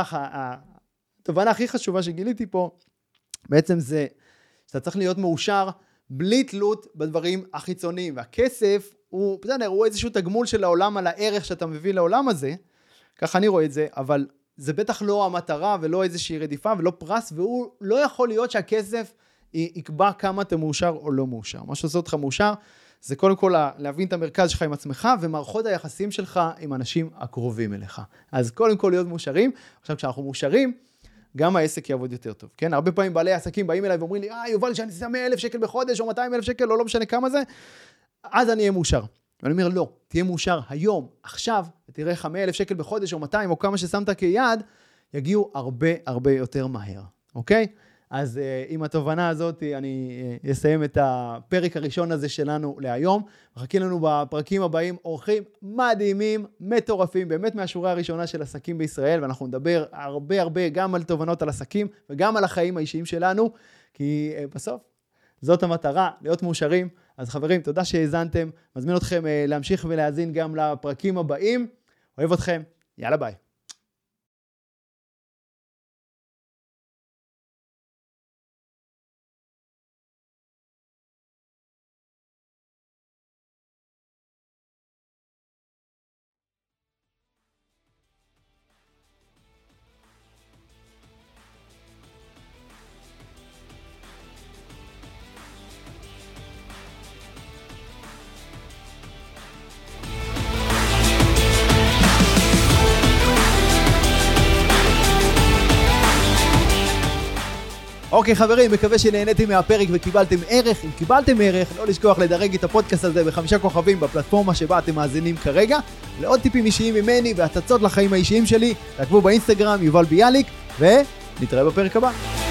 התובנה הכי חשובה שגיליתי פה, בעצם זה שאתה צריך להיות מאושר, בלי תלות בדברים החיצוניים, והכסף הוא, בסדר, הוא איזשהו תגמול של העולם על הערך שאתה מביא לעולם הזה, ככה אני רואה את זה, אבל זה בטח לא המטרה ולא איזושהי רדיפה ולא פרס, והוא לא יכול להיות שהכסף יקבע כמה אתה מאושר או לא מאושר. מה שעושה אותך מאושר, זה קודם כל להבין את המרכז שלך עם עצמך, ומערכות היחסים שלך עם אנשים הקרובים אליך. אז קודם כל להיות מאושרים, עכשיו כשאנחנו מאושרים, גם העסק יעבוד יותר טוב, כן? הרבה פעמים בעלי העסקים באים אליי ואומרים לי, יובל, שאני אעשה 100,000 שקל בחודש, או 200,000 שקל, או לא משנה כמה זה, אז אני אהיה מאושר. ואני אומר, לא, תהיה מאושר היום, עכשיו, ותראה לך 100,000 שקל בחודש, או 200, או כמה ששמת כיעד, יגיעו הרבה הרבה יותר מהר, אוקיי? אז עם התובנה הזאת אני אסיים את הפרק הראשון הזה שלנו להיום. מחכים לנו בפרקים הבאים אורחים מדהימים, מטורפים, באמת מהשורה הראשונה של עסקים בישראל, ואנחנו נדבר הרבה גם על תובנות על עסקים וגם על החיים האישיים שלנו, כי בסוף זאת המטרה, להיות מאושרים. אז חברים, תודה שהאזנתם, מזמין אתכם להמשיך ולהאזין גם לפרקים הבאים. אוהב אתכם, יאללה ביי. אוקיי חברים, מקווה שנהניתם מהפרק וקיבלתם ערך. אם קיבלתם ערך, לא לשכוח לדרג את הפודקאסט הזה ב5 כוכבים בפלטפורמה שבה אתם מאזינים כרגע. לעוד טיפים אישיים ממני והתצות לחיים האישיים שלי, תעקבו באינסטגרם יובל ביאליק, ונתראה בפרק הבא.